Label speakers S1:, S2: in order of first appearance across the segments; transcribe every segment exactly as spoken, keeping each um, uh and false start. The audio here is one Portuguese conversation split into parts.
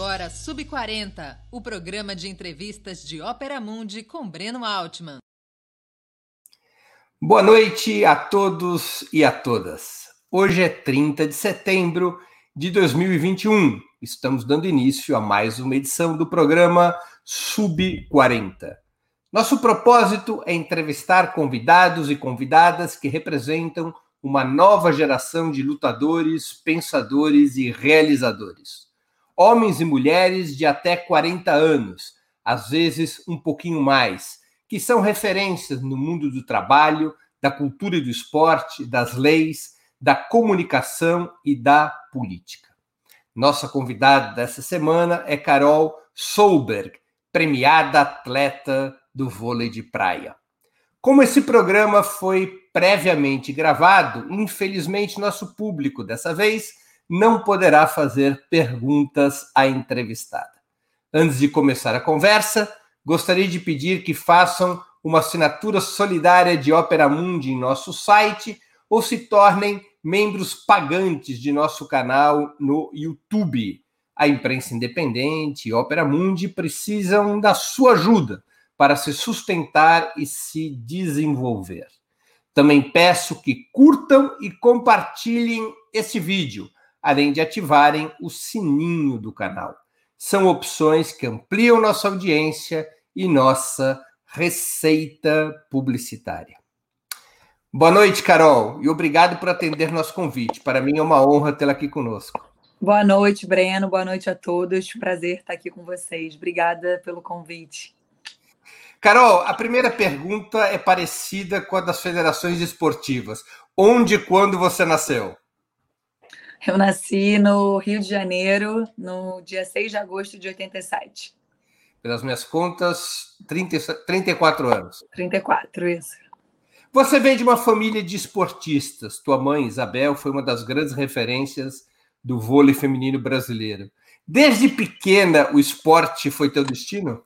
S1: agora Sub quarenta, o programa de entrevistas de Ópera Mundi com Breno Altman.
S2: Boa noite a todos e a todas. Hoje é trinta de setembro de dois mil e vinte e um. Estamos dando início a mais uma edição do programa Sub quarenta. Nosso propósito é entrevistar convidados e convidadas que representam uma nova geração de lutadores, pensadores e realizadores. Homens e mulheres de até quarenta anos, às vezes um pouquinho mais, que são referências no mundo do trabalho, da cultura e do esporte, das leis, da comunicação e da política. Nossa convidada dessa semana é Carol Solberg, premiada atleta do vôlei de praia. Como esse programa foi previamente gravado, infelizmente nosso público, dessa vez, não poderá fazer perguntas à entrevistada. Antes de começar a conversa, gostaria de pedir que façam uma assinatura solidária de Ópera Mundi em nosso site ou se tornem membros pagantes de nosso canal no YouTube. A imprensa independente e Ópera Mundi precisam da sua ajuda para se sustentar e se desenvolver. Também peço que curtam e compartilhem esse vídeo, além de ativarem o sininho do canal. São opções que ampliam nossa audiência e nossa receita publicitária. Boa noite, Carol, e obrigado por atender nosso convite. Para mim é uma honra tê-la aqui conosco.
S3: Boa noite, Breno. Boa noite a todos. Prazer estar aqui com vocês. Obrigada pelo convite.
S2: Carol, a primeira pergunta é parecida com a das federações esportivas. Onde e quando você nasceu?
S3: Eu nasci no Rio de Janeiro, no dia seis de agosto de oitenta e sete.
S2: Pelas minhas contas, trinta, trinta e quatro anos.
S3: trinta e quatro, isso.
S2: Você vem de uma família de esportistas. Tua mãe, Isabel, foi uma das grandes referências do vôlei feminino brasileiro. Desde pequena, o esporte foi teu destino?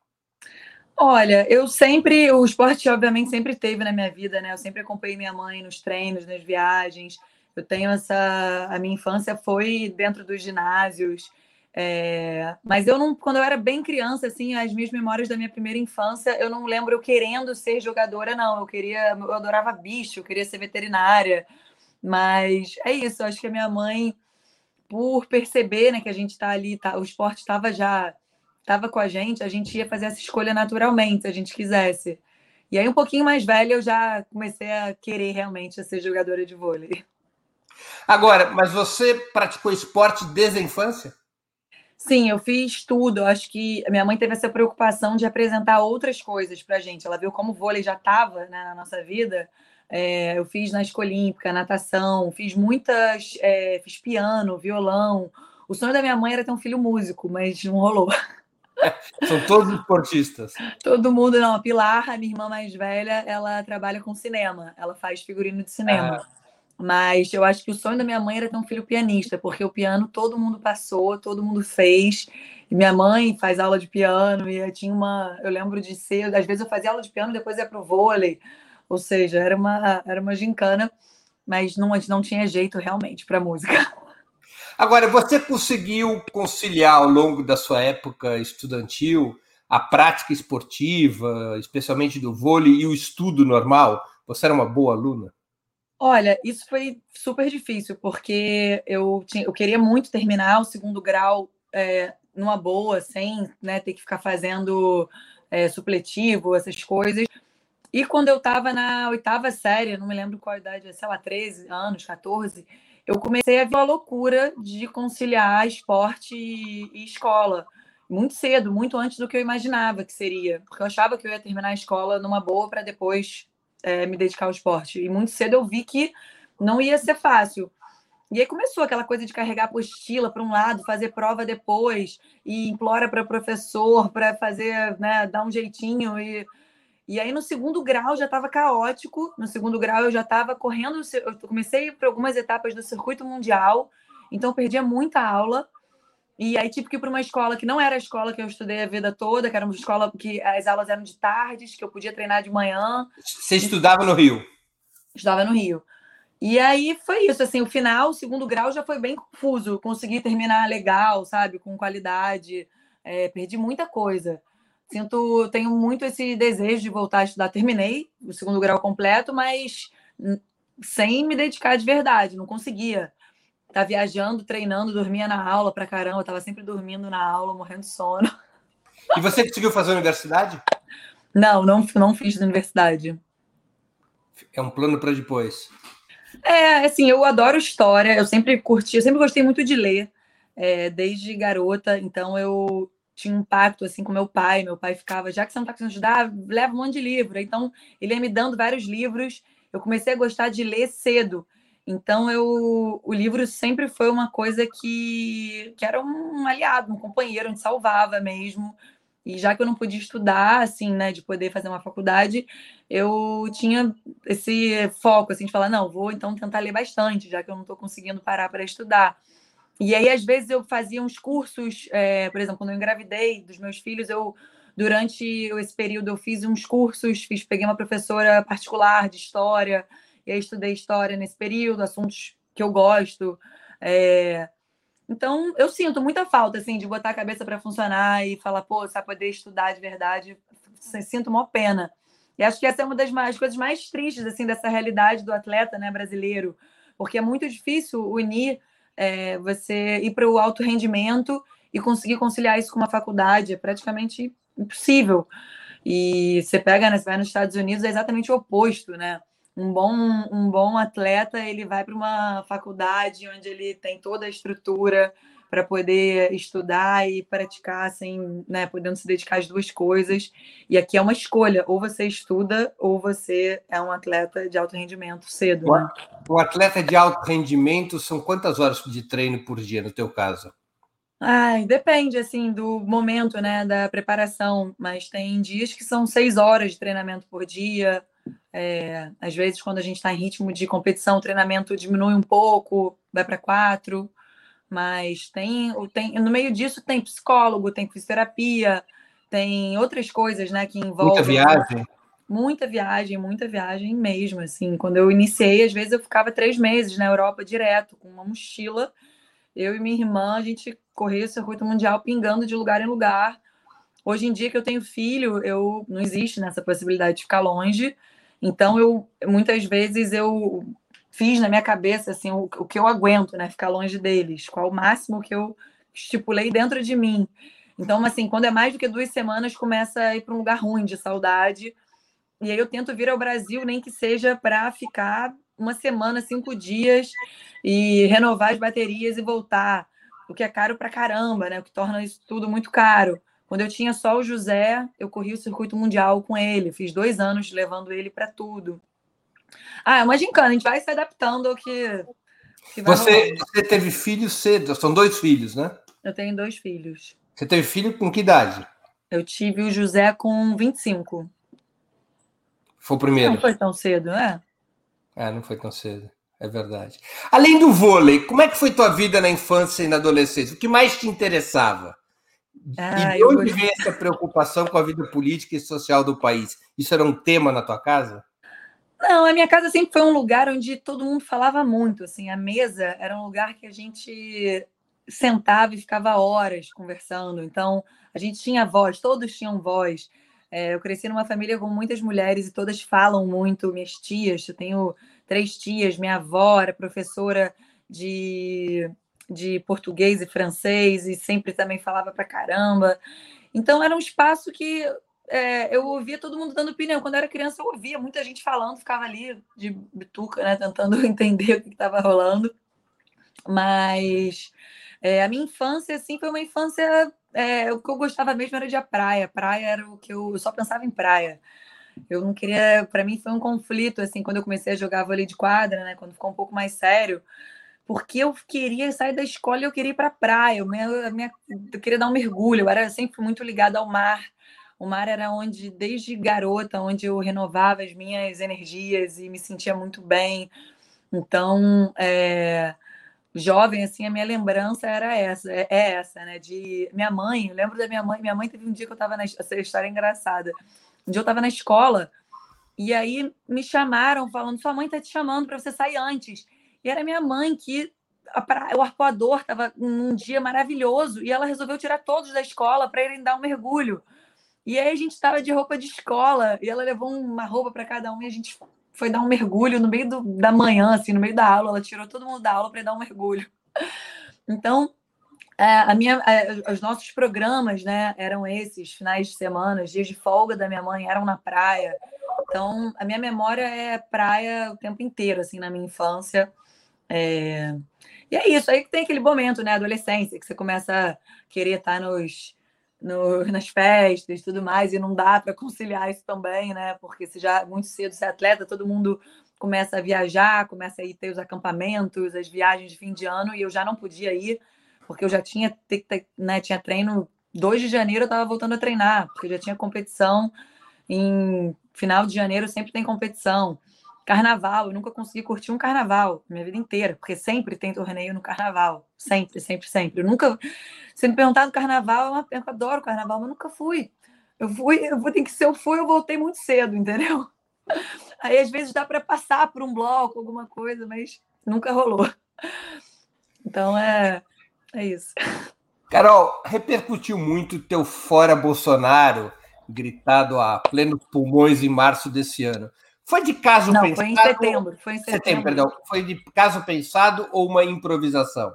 S3: Olha, eu sempre, o esporte obviamente sempre teve na minha vida, né? Eu sempre acompanhei minha mãe nos treinos, nas viagens. Eu tenho essa, a minha infância foi dentro dos ginásios, é, mas eu não, quando eu era bem criança, assim, as minhas memórias da minha primeira infância, eu não lembro eu querendo ser jogadora, não. Eu queria, eu adorava bicho, eu queria ser veterinária, mas é isso. Eu acho que a minha mãe, por perceber, né, que a gente está ali, tá, o esporte estava já estava com a gente, a gente ia fazer essa escolha naturalmente, se a gente quisesse. E aí, um pouquinho mais velha, eu já comecei a querer realmente ser jogadora de vôlei.
S2: Agora, mas você praticou esporte desde a infância?
S3: Sim, eu fiz tudo. Eu acho que a minha mãe teve essa preocupação de apresentar outras coisas pra gente. Ela viu como o vôlei já estava, né, na nossa vida. É, eu fiz na escola olímpica, natação, fiz muitas... É, fiz piano, violão. O sonho da minha mãe era ter um filho músico, mas não rolou.
S2: São todos esportistas.
S3: Todo mundo, não. A Pilar, a minha irmã mais velha, ela trabalha com cinema. Ela faz figurino de cinema. Ah. Mas eu acho que o sonho da minha mãe era ter um filho pianista, porque o piano todo mundo passou, todo mundo fez. E minha mãe faz aula de piano e eu tinha uma... Eu lembro de ser... Às vezes eu fazia aula de piano e depois ia pro vôlei. Ou seja, era uma, era uma gincana, mas não, não tinha jeito realmente para música.
S2: Agora, você conseguiu conciliar ao longo da sua época estudantil a prática esportiva, especialmente do vôlei, e o estudo normal? Você era uma boa aluna?
S3: Olha, isso foi super difícil, porque eu, tinha, eu queria muito terminar o segundo grau é, numa boa, sem, né, ter que ficar fazendo é, supletivo, essas coisas. E quando eu estava na oitava série, não me lembro qual a idade, sei lá, treze anos, quatorze, eu comecei a ver a loucura de conciliar esporte e, e escola. Muito cedo, muito antes do que eu imaginava que seria. Porque eu achava que eu ia terminar a escola numa boa para depois é, me dedicar ao esporte. E muito cedo eu vi que não ia ser fácil. E aí começou aquela coisa de carregar a apostila para um lado, fazer prova depois, e implora para o professor para fazer, né, dar um jeitinho. E, e aí no segundo grau já estava caótico. No segundo grau eu já estava correndo, eu comecei por algumas etapas do circuito mundial, então eu perdia muita aula. E aí tive que ir para uma escola que não era a escola que eu estudei a vida toda, que era uma escola que as aulas eram de tardes, que eu podia treinar de manhã.
S2: Você estudava no Rio?
S3: Estudava no Rio. E aí foi isso, assim, o final, o segundo grau já foi bem confuso. Consegui terminar legal, sabe, com qualidade. É, perdi muita coisa. Sinto, tenho muito esse desejo de voltar a estudar. Terminei o segundo grau completo, mas sem me dedicar de verdade, não conseguia. Tá viajando, treinando, dormia na aula pra caramba, tava sempre dormindo na aula, morrendo de sono.
S2: E você conseguiu fazer a universidade?
S3: Não, não, não fiz na universidade.
S2: É um plano para depois.
S3: É, assim, eu adoro história, eu sempre curti, eu sempre gostei muito de ler, é, desde garota, então eu tinha um pacto, assim, com meu pai, meu pai ficava, já que você não está conseguindo estudar, leva um monte de livro, então ele ia me dando vários livros, eu comecei a gostar de ler cedo, então eu, o livro sempre foi uma coisa que, que era um aliado, um companheiro, onde salvava mesmo, e já que eu não podia estudar, assim, né, de poder fazer uma faculdade, eu tinha esse foco, assim, de falar, não, vou então tentar ler bastante, já que eu não estou conseguindo parar para estudar. E aí, às vezes, eu fazia uns cursos, é, por exemplo, quando eu engravidei dos meus filhos, eu, durante esse período, eu fiz uns cursos, fiz, peguei uma professora particular de história, e aí estudei história nesse período, assuntos que eu gosto. É... Então, eu sinto muita falta, assim, de botar a cabeça para funcionar e falar, pô, você vai poder estudar de verdade, sinto uma pena. E acho que essa é uma das mais, coisas mais tristes assim dessa realidade do atleta, né, brasileiro, porque é muito difícil unir, é, você ir para o alto rendimento e conseguir conciliar isso com uma faculdade, é praticamente impossível. E você pega, né, você vai nos Estados Unidos, é exatamente o oposto, né? Um bom, um bom atleta, ele vai para uma faculdade onde ele tem toda a estrutura para poder estudar e praticar, assim, né, podendo se dedicar às duas coisas. E aqui é uma escolha, ou você estuda ou você é um atleta de alto rendimento cedo, né?
S2: O atleta de alto rendimento são quantas horas de treino por dia, no teu caso?
S3: Ai, depende, assim, do momento, né, da preparação, mas tem dias que são seis horas de treinamento por dia. É, às vezes, quando a gente está em ritmo de competição, o treinamento diminui um pouco, vai para quatro, mas tem, tem, no meio disso tem psicólogo, tem fisioterapia, tem outras coisas, né, que
S2: Muita
S3: envolvem
S2: viagem?
S3: muita viagem, muita viagem mesmo, assim. Quando eu iniciei, às vezes eu ficava três meses na Europa direto, com uma mochila. Eu e minha irmã, a gente corria o circuito mundial pingando de lugar em lugar. Hoje em dia que eu tenho filho, eu não existe nessa possibilidade de ficar longe. Então, eu muitas vezes eu fiz na minha cabeça assim o, o que eu aguento, né? Ficar longe deles, qual o máximo que eu estipulei dentro de mim. Então, assim, quando é mais do que duas semanas, começa a ir para um lugar ruim de saudade. E aí eu tento vir ao Brasil, nem que seja para ficar uma semana, cinco dias, e renovar as baterias e voltar, o que é caro para caramba, né? O que torna isso tudo muito caro. Quando eu tinha só o José, eu corri o circuito mundial com ele, fiz dois anos levando ele para tudo. Ah, é uma gincana, a gente vai se adaptando ao que, que vai
S2: Você,
S3: rolando.
S2: você teve filhos cedo, são dois filhos, né?
S3: Eu tenho dois filhos.
S2: Você teve filho com que idade?
S3: Eu tive o José com vinte e cinco.
S2: Foi o primeiro?
S3: Não foi tão cedo, né?
S2: É, não foi tão cedo. É verdade. Além do vôlei, como é que foi tua vida na infância e na adolescência? O que mais te interessava? E
S3: Ah,
S2: de
S3: eu
S2: onde
S3: gostei.
S2: vem essa preocupação com a vida política e social do país? Isso era um tema na tua casa?
S3: Não, a minha casa sempre foi um lugar onde todo mundo falava muito, assim, a mesa era um lugar que a gente sentava e ficava horas conversando, então a gente tinha voz, todos tinham voz. É, eu cresci numa família com muitas mulheres e todas falam muito, minhas tias, eu tenho três tias, minha avó era professora de, de português e francês e sempre também falava pra caramba. Então era um espaço que é, eu ouvia todo mundo dando opinião. Quando eu era criança, eu ouvia muita gente falando, ficava ali de bituca, né, tentando entender o que estava rolando. Mas é, a minha infância, assim, foi uma infância. É, o que eu gostava mesmo era de a praia. Praia era o que eu, eu só pensava em praia. Eu não queria. Para mim foi um conflito, assim, quando eu comecei a jogar vôlei de quadra, né, quando ficou um pouco mais sério. Porque eu queria sair da escola e eu queria ir para a praia. Eu, minha, minha, eu queria dar um mergulho. Eu era sempre muito ligada ao mar. O mar era onde, desde garota, onde eu renovava as minhas energias e me sentia muito bem. Então, é, jovem, assim, a minha lembrança era essa, é, é essa, né? De minha mãe, eu lembro da minha mãe. Minha mãe teve um dia que eu estava na. Essa história é engraçada. Um dia eu estava na escola E aí me chamaram falando, sua mãe tá te chamando para você sair antes. E era minha mãe que a pra... o arpoador estava num dia maravilhoso e ela resolveu tirar todos da escola para irem dar um mergulho. E aí a gente estava de roupa de escola e ela levou uma roupa para cada um e a gente foi dar um mergulho no meio do, da manhã, assim, no meio da aula. Ela tirou todo mundo da aula para dar um mergulho. Então, a minha, a, os nossos programas, né, eram esses, finais de semana, os dias de folga da minha mãe eram na praia. Então, a minha memória é praia o tempo inteiro, assim, na minha infância. É... E é isso, aí que tem aquele momento, né, adolescência, que você começa a querer estar nos, no, nas festas e tudo mais, e não dá para conciliar isso também, né, porque se já muito cedo você é atleta, todo mundo começa a viajar, começa a ir ter os acampamentos, as viagens de fim de ano, e eu já não podia ir, porque eu já tinha, né, tinha treino, dois de janeiro eu estava voltando a treinar, porque eu já tinha competição, em final de janeiro sempre tem competição. Carnaval, eu nunca consegui curtir um carnaval minha vida inteira, porque sempre tem torneio no carnaval. Sempre, sempre, sempre. Eu nunca. Se me perguntar do carnaval, eu adoro carnaval, mas nunca fui. Eu fui, eu vou ter que se eu fui, eu voltei muito cedo, entendeu? Aí às vezes dá para passar por um bloco, alguma coisa, mas nunca rolou. Então é, é isso.
S2: Carol, repercutiu muito teu fora Bolsonaro, gritado a plenos pulmões em março desse ano. Foi de caso
S3: Não,
S2: pensado?
S3: foi em setembro. Foi em setembro.
S2: setembro, perdão. Foi de caso pensado ou uma improvisação?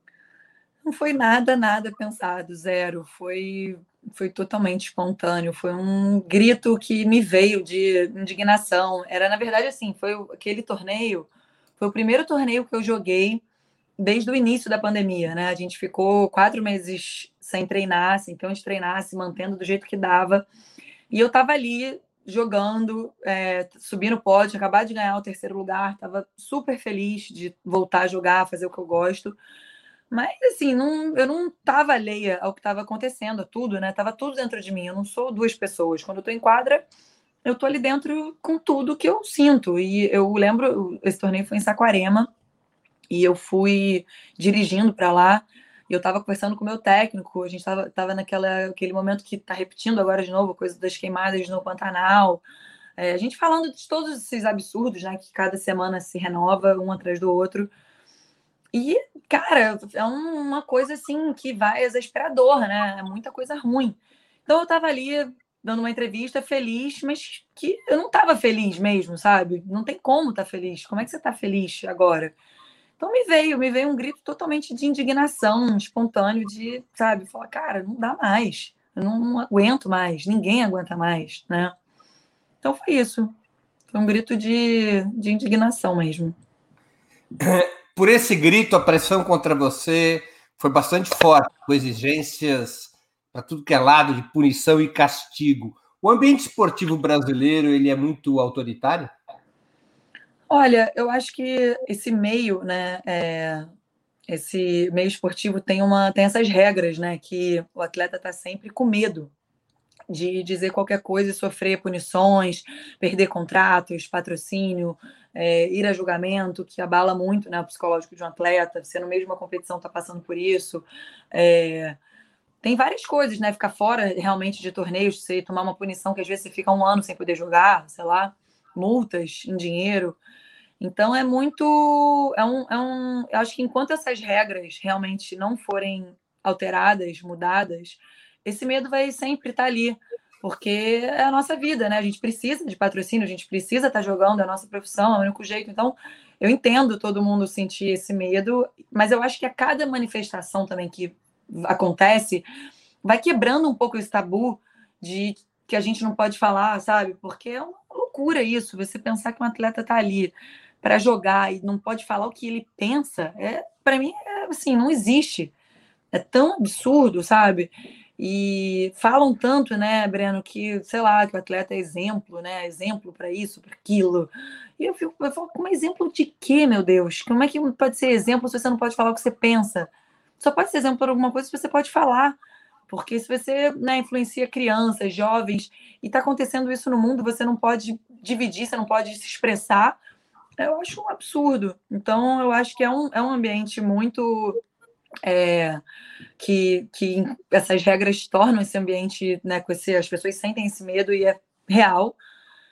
S3: Não foi nada, nada pensado, zero. Foi, foi totalmente espontâneo. Foi um grito que me veio de indignação. Era, na verdade, assim, foi aquele torneio, foi o primeiro torneio que eu joguei desde o início da pandemia, né? A gente ficou quatro meses sem treinar, sem ter onde treinar, se mantendo do jeito que dava. E eu tava ali jogando, é, subi no pódio, acabado de ganhar o terceiro lugar, tava super feliz de voltar a jogar, fazer o que eu gosto. Mas, assim, não, eu não estava alheia ao que estava acontecendo, a tudo, né? Tava tudo dentro de mim. Eu não sou duas pessoas. Quando eu tô em quadra, eu tô ali dentro com tudo que eu sinto. E eu lembro, esse torneio foi em Saquarema, e eu fui dirigindo para lá, e eu estava conversando com o meu técnico, a gente estava tava naquela aquele momento que está repetindo agora de novo, a coisa das queimadas no Pantanal, é, a gente falando de todos esses absurdos, né, que cada semana se renova, um atrás do outro, e, cara, é uma coisa, assim, que vai exasperador, né, é muita coisa ruim. Então eu estava ali dando uma entrevista feliz, mas que eu não estava feliz mesmo, sabe? Não tem como estar tá feliz. Como é que você está feliz agora? Então me veio, me veio um grito totalmente de indignação, espontâneo, de, sabe, falar, cara, não dá mais, eu não, não aguento mais, ninguém aguenta mais, né? Então foi isso. Foi um grito de, de indignação mesmo.
S2: Por esse grito, a pressão contra você foi bastante forte, com exigências para tudo que é lado de punição e castigo. O ambiente esportivo brasileiro, ele é muito autoritário?
S3: Olha, eu acho que esse meio, né, é, esse meio esportivo tem uma tem essas regras, né, que o atleta está sempre com medo de dizer qualquer coisa e sofrer punições, perder contratos, patrocínio, é, ir a julgamento, que abala muito, né, o psicológico de um atleta. Você no meio de uma competição está passando por isso. É, tem várias coisas, né? Ficar fora realmente de torneios, você tomar uma punição que às vezes você fica um ano sem poder jogar, sei lá, multas em dinheiro. Então é muito. É um, é um, eu acho que enquanto essas regras realmente não forem alteradas, mudadas, esse medo vai sempre estar ali, porque é a nossa vida, né? A gente precisa de patrocínio, a gente precisa estar jogando, é a nossa profissão, é o único jeito. Então, eu entendo todo mundo sentir esse medo, mas eu acho que a cada manifestação também que acontece vai quebrando um pouco esse tabu de que a gente não pode falar, sabe? Porque é uma loucura isso, você pensar que um atleta está ali para jogar e não pode falar o que ele pensa, é, para mim, é, assim, não existe. É tão absurdo, sabe? E falam tanto, né, Breno, que, sei lá, que o atleta é exemplo, né? Exemplo para isso, para aquilo. E eu fico, eu falo, como exemplo de quê, meu Deus? Como é que pode ser exemplo se você não pode falar o que você pensa? Só pode ser exemplo por alguma coisa se você pode falar. Porque se você, né, influencia crianças, jovens, e está acontecendo isso no mundo, você não pode dividir, você não pode se expressar, eu acho um absurdo. Então, eu acho que é um, é um ambiente muito... É, que, que essas regras tornam esse ambiente, né, com esse, as pessoas sentem esse medo e é real.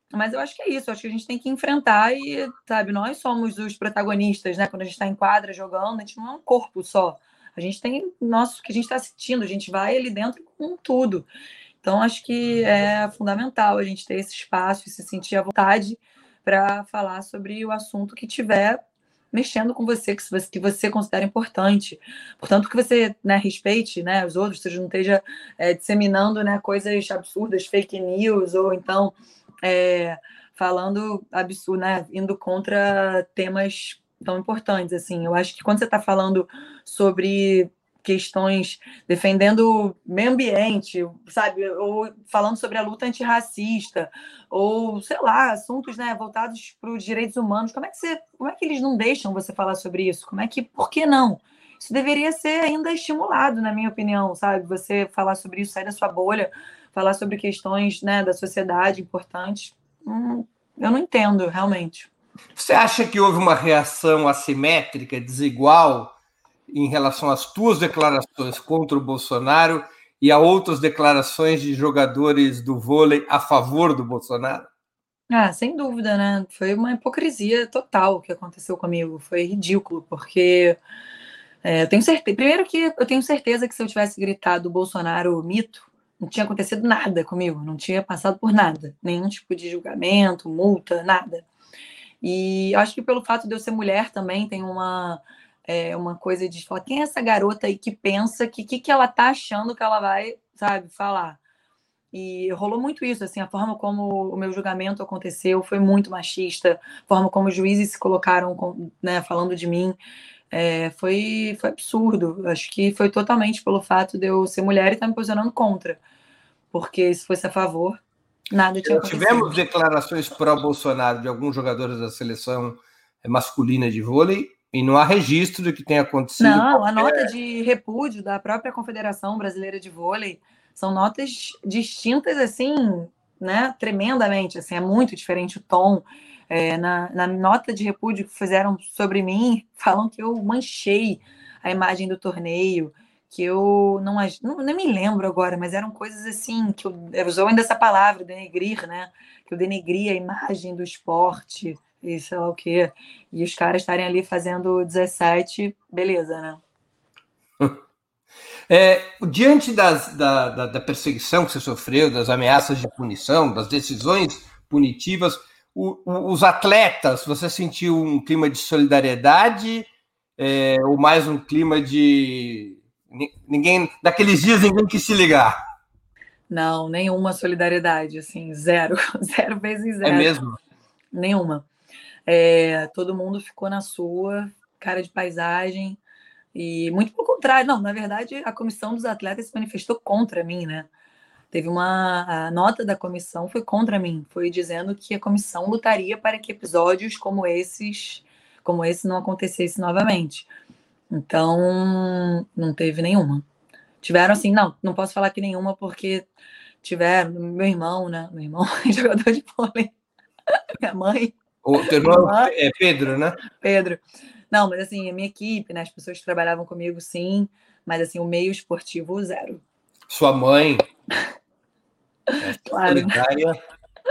S3: Mas eu acho que é isso, eu acho que a gente tem que enfrentar e, sabe, nós somos os protagonistas, né? Quando a gente está em quadra jogando, a gente não é um corpo só. A gente tem nosso que a gente está sentindo, a gente vai ali dentro com tudo. Então, acho que é fundamental a gente ter esse espaço e se sentir à vontade para falar sobre o assunto que tiver mexendo com você, que você, que você considera importante. Portanto, que você, né, respeite, né, os outros, você não esteja é, disseminando, né, coisas absurdas, fake news, ou então é, falando absurdo, né, indo contra temas tão importantes. Assim, eu acho que quando você está falando sobre questões defendendo o meio ambiente, sabe, ou falando sobre a luta antirracista, ou, sei lá, assuntos, né, voltados para os direitos humanos, como é que você, como é que eles não deixam você falar sobre isso? Como é que, por que não? Isso deveria ser ainda estimulado, na minha opinião, sabe? Você falar sobre isso, sair da sua bolha, falar sobre questões, né, da sociedade importantes. Hum, eu não entendo, realmente.
S2: Você acha que houve uma reação assimétrica, desigual, em relação às tuas declarações contra o Bolsonaro e a outras declarações de jogadores do vôlei a favor do Bolsonaro?
S3: Ah, sem dúvida, né? Foi uma hipocrisia total o que aconteceu comigo. Foi ridículo, porque é, eu tenho certeza. Primeiro que eu tenho certeza que se eu tivesse gritado Bolsonaro mito, não tinha acontecido nada comigo, não tinha passado por nada, nenhum tipo de julgamento, multa, nada. E acho que pelo fato de eu ser mulher também tem uma, é, uma coisa de falar, quem é essa garota aí que pensa que o que, que ela tá achando que ela vai, sabe, falar? E rolou muito isso, assim, a forma como o meu julgamento aconteceu foi muito machista, a forma como os juízes se colocaram, né, falando de mim, é, foi, foi absurdo. Acho que foi totalmente pelo fato de eu ser mulher e estar me posicionando contra, porque se fosse a favor, nada tinha acontecido.
S2: Tivemos declarações pró-Bolsonaro de alguns jogadores da seleção masculina de vôlei e não há registro de que tenha acontecido.
S3: Não, qualquer... a nota de repúdio da própria Confederação Brasileira de Vôlei são notas distintas, assim, né, tremendamente, assim, é muito diferente o tom. É, na, na nota de repúdio que fizeram sobre mim, falam que eu manchei a imagem do torneio, que eu não, não, não me lembro agora, mas eram coisas assim, que eu, eu usou ainda essa palavra, denegrir, né, que eu denegri a imagem do esporte, e sei lá o quê, e os caras estarem ali fazendo dezessete, beleza, né?
S2: É, diante das, da, da, da perseguição que você sofreu, das ameaças de punição, das decisões punitivas, o, o, os atletas, você sentiu um clima de solidariedade é, ou mais um clima de ninguém, daqueles dias ninguém quis se ligar?
S3: Não, nenhuma solidariedade, assim, zero, zero vezes zero.
S2: É mesmo?
S3: Nenhuma. É, todo mundo ficou na sua, cara de paisagem, e muito pelo contrário, não, na verdade, a comissão dos atletas se manifestou contra mim, né? Teve uma a nota da comissão foi contra mim, foi dizendo que a comissão lutaria para que episódios como esses, como esse não acontecesse novamente. Então, não teve nenhuma. Tiveram assim, não, não posso falar que nenhuma porque tiveram meu irmão, né? Meu irmão é jogador de vôlei. Minha mãe.
S2: O teu irmão é Pedro, né?
S3: Pedro. Não, mas assim, a minha equipe, né? As pessoas que trabalhavam comigo, sim. Mas assim, o meio esportivo, zero.
S2: Sua mãe.
S3: Claro.
S2: Solidária.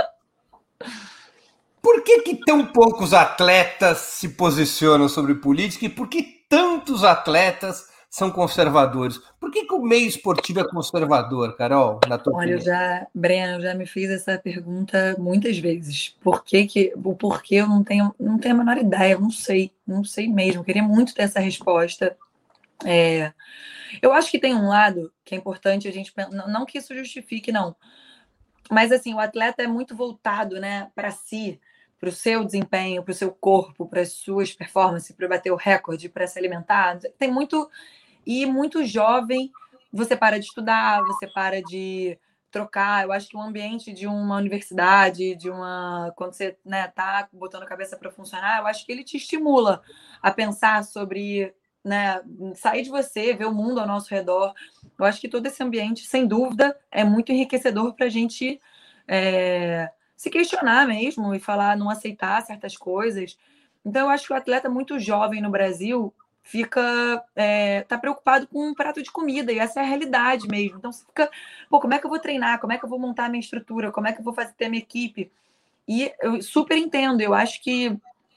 S2: Por que, que tão poucos atletas se posicionam sobre política e por que tantos atletas são conservadores? Por que, que o meio esportivo é conservador, Carol, na tua
S3: Olha,
S2: opinião?
S3: eu já, Breno, eu já me fiz essa pergunta muitas vezes. Por que que, o porquê eu não tenho, não tenho a menor ideia, eu não sei, não sei mesmo. Eu queria muito ter essa resposta. É, eu acho que tem um lado que é importante a gente pensar, não, não que isso justifique, não. Mas assim, o atleta é muito voltado, né, para si, para o seu desempenho, para o seu corpo, para as suas performances, para bater o recorde, para se alimentar. Tem muito. E muito jovem, você para de estudar, você para de trocar. Eu acho que o ambiente de uma universidade, de uma. Quando você né, tá botando a cabeça para funcionar, eu acho que ele te estimula a pensar sobre. Né, sair de você, ver o mundo ao nosso redor. Eu acho que todo esse ambiente, sem dúvida, é muito enriquecedor para a gente é, se questionar mesmo e falar, não aceitar certas coisas. Então, eu acho que o atleta muito jovem no Brasil fica é, tá preocupado com um prato de comida, e essa é a realidade mesmo. Então, você fica, pô, como é que eu vou treinar? Como é que eu vou montar a minha estrutura? Como é que eu vou fazer ter a minha equipe? E eu super entendo, eu acho que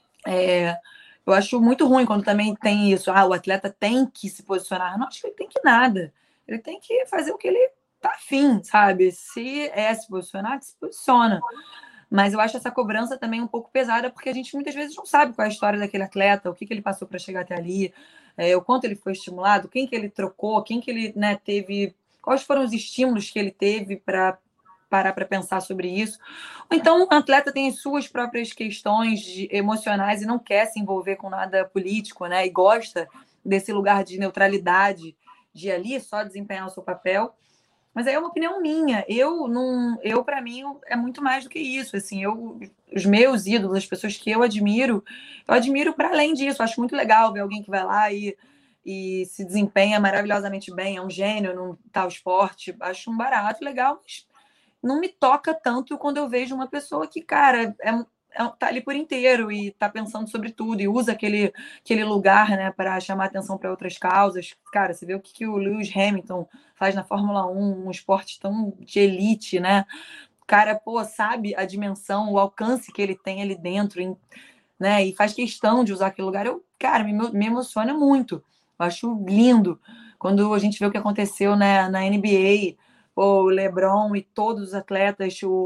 S3: é, eu acho muito ruim quando também tem isso. Ah, o atleta tem que se posicionar. Não acho que ele tem que nada. Ele tem que fazer o que ele tá afim, sabe? Se é se posicionar, que se posiciona. Mas eu acho essa cobrança também um pouco pesada, porque a gente muitas vezes não sabe qual é a história daquele atleta, o que, que ele passou para chegar até ali, é, o quanto ele foi estimulado, quem que ele trocou, quem que ele, né, teve, quais foram os estímulos que ele teve para parar para pensar sobre isso. Ou então, o atleta tem as suas próprias questões de, emocionais e não quer se envolver com nada político, né? E gosta desse lugar de neutralidade, de ali só desempenhar o seu papel. Mas aí é uma opinião minha. Eu não, eu para mim é muito mais do que isso. Assim, eu, os meus ídolos, as pessoas que eu admiro, eu admiro para além disso. Eu acho muito legal ver alguém que vai lá e, e se desempenha maravilhosamente bem, é um gênio num tal esporte. Acho um barato, legal, mas não me toca tanto quando eu vejo uma pessoa que, cara, é, é, tá ali por inteiro e tá pensando sobre tudo e usa aquele, aquele lugar, né, para chamar atenção para outras causas. Cara, você vê o que, que o Lewis Hamilton faz na Fórmula um, um esporte tão de elite, né? O cara, pô, sabe a dimensão, o alcance que ele tem ali dentro, né? E faz questão de usar aquele lugar. Eu, cara, me, me emociona muito. Eu acho lindo quando a gente vê o que aconteceu, né, na N B A, o LeBron e todos os atletas, o,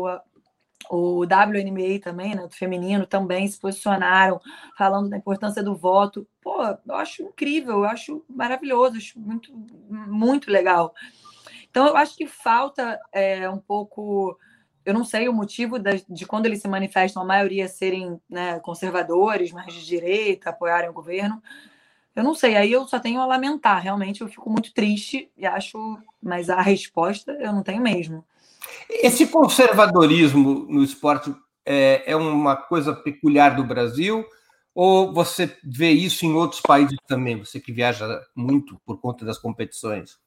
S3: o W N B A também, né, do feminino, também se posicionaram, falando da importância do voto. Pô, eu acho incrível, eu acho maravilhoso, acho muito, muito legal. Então, eu acho que falta é, um pouco... Eu não sei o motivo de, de quando eles se manifestam, a maioria serem, né, conservadores, mais de direita, apoiarem o governo. Eu não sei, aí eu só tenho a lamentar, realmente eu fico muito triste e acho, mas a resposta eu não tenho mesmo.
S2: Esse conservadorismo no esporte é, é uma coisa peculiar do Brasil ou você vê isso em outros países também? Você que viaja muito por conta das competições.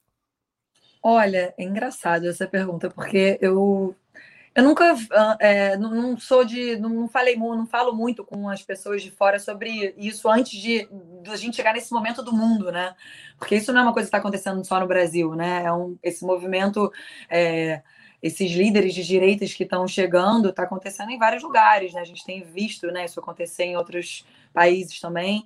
S3: Olha, é engraçado essa pergunta, porque eu Eu nunca é, não, não sou de. Não, não falei não falo muito com as pessoas de fora sobre isso antes de, de a gente chegar nesse momento do mundo, né? Porque isso não é uma coisa que está acontecendo só no Brasil, né? É um, esse movimento, é, esses líderes de direitas que estão chegando, está acontecendo em vários lugares, né? A gente tem visto, né, isso acontecer em outros países também.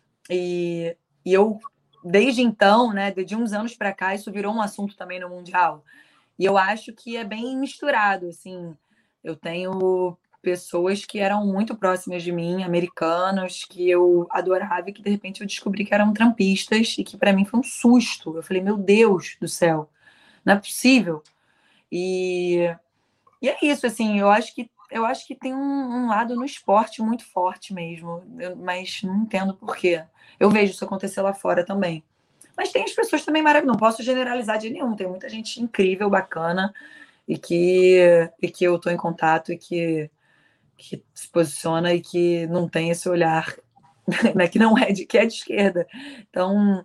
S3: E, e eu, desde então, né, de uns anos para cá, isso virou um assunto também no Mundial. E eu acho que é bem misturado, assim. Eu tenho pessoas que eram muito próximas de mim, americanos, que eu adorava e que de repente eu descobri que eram trampistas e que para mim foi um susto. Eu falei, meu Deus do céu, não é possível. E, e é isso, assim, eu acho que eu acho que tem um, um lado no esporte muito forte mesmo, eu, mas não entendo por quê. Eu vejo isso acontecer lá fora também. Mas tem as pessoas também maravilhosas, não posso generalizar de nenhum, tem muita gente incrível, bacana, e que, e que eu estou em contato e que, que se posiciona e que não tem esse olhar, né, que não é de, que é de esquerda. Então,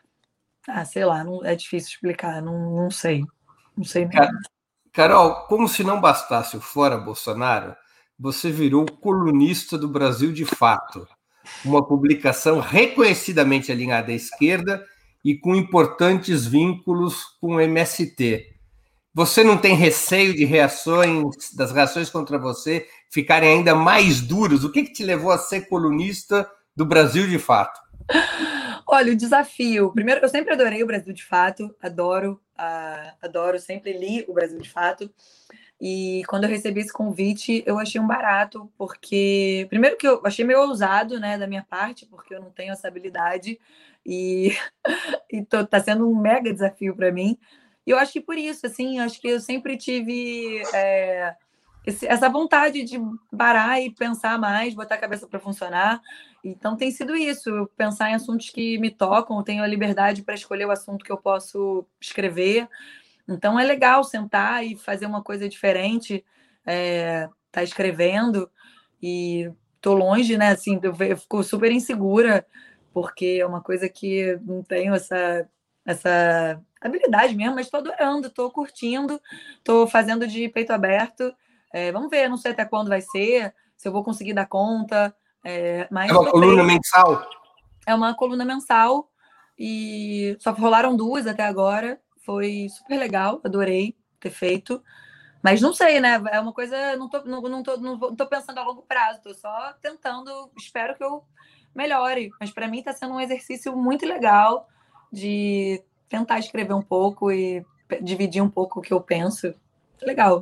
S3: ah, sei lá, não, é difícil explicar, não, não sei. Não sei mesmo.
S2: Carol, como se não bastasse o Fora Bolsonaro, você virou colunista do Brasil de Fato, uma publicação reconhecidamente alinhada à esquerda e com importantes vínculos com o M S T. Você não tem receio de reações, das reações contra você ficarem ainda mais duras? O que, que te levou a ser colunista do Brasil de Fato?
S3: Olha, o desafio. Primeiro, eu sempre adorei o Brasil de Fato, adoro, uh, adoro, sempre li o Brasil de Fato. E quando eu recebi esse convite, eu achei um barato, porque primeiro que eu achei meio ousado, né, da minha parte, porque eu não tenho essa habilidade e, e tô, tá sendo um mega desafio para mim. E eu acho que por isso, assim, acho que eu sempre tive é, esse, essa vontade de parar e pensar mais, botar a cabeça para funcionar. Então tem sido isso, eu pensar em assuntos que me tocam, eu tenho a liberdade para escolher o assunto que eu posso escrever. Então é legal sentar e fazer uma coisa diferente, é, tá escrevendo e tô longe, né? Assim, eu, eu fico super insegura porque é uma coisa que não tenho essa essa habilidade mesmo, mas estou adorando, estou curtindo, estou fazendo de peito aberto. É, vamos ver, não sei até quando vai ser, se eu vou conseguir dar conta. É, mas
S2: é uma coluna mensal?
S3: É uma coluna mensal e só rolaram duas até agora. Foi super legal, adorei ter feito. Mas não sei, né? É uma coisa, não tô, não, não tô, não tô pensando a longo prazo, tô só tentando, espero que eu melhore. Mas para mim está sendo um exercício muito legal de tentar escrever um pouco e dividir um pouco o que eu penso. Legal.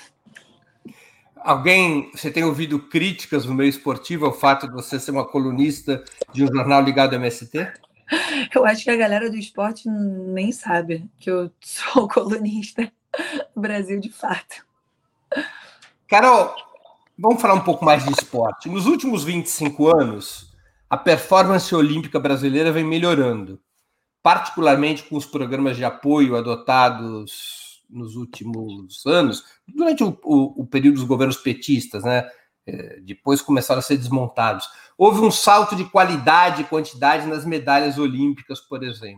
S2: Alguém, você tem ouvido críticas no meio esportivo ao fato de você ser uma colunista de um jornal ligado ao M S T?
S3: Eu acho que a galera do esporte nem sabe que eu sou colunista do Brasil de fato.
S2: Carol, vamos falar um pouco mais de esporte. Nos últimos vinte e cinco anos, a performance olímpica brasileira vem melhorando, particularmente com os programas de apoio adotados nos últimos anos, durante o, o, o período dos governos petistas, né? Depois começaram a ser desmontados. Houve um salto de qualidade e quantidade nas medalhas olímpicas, por exemplo.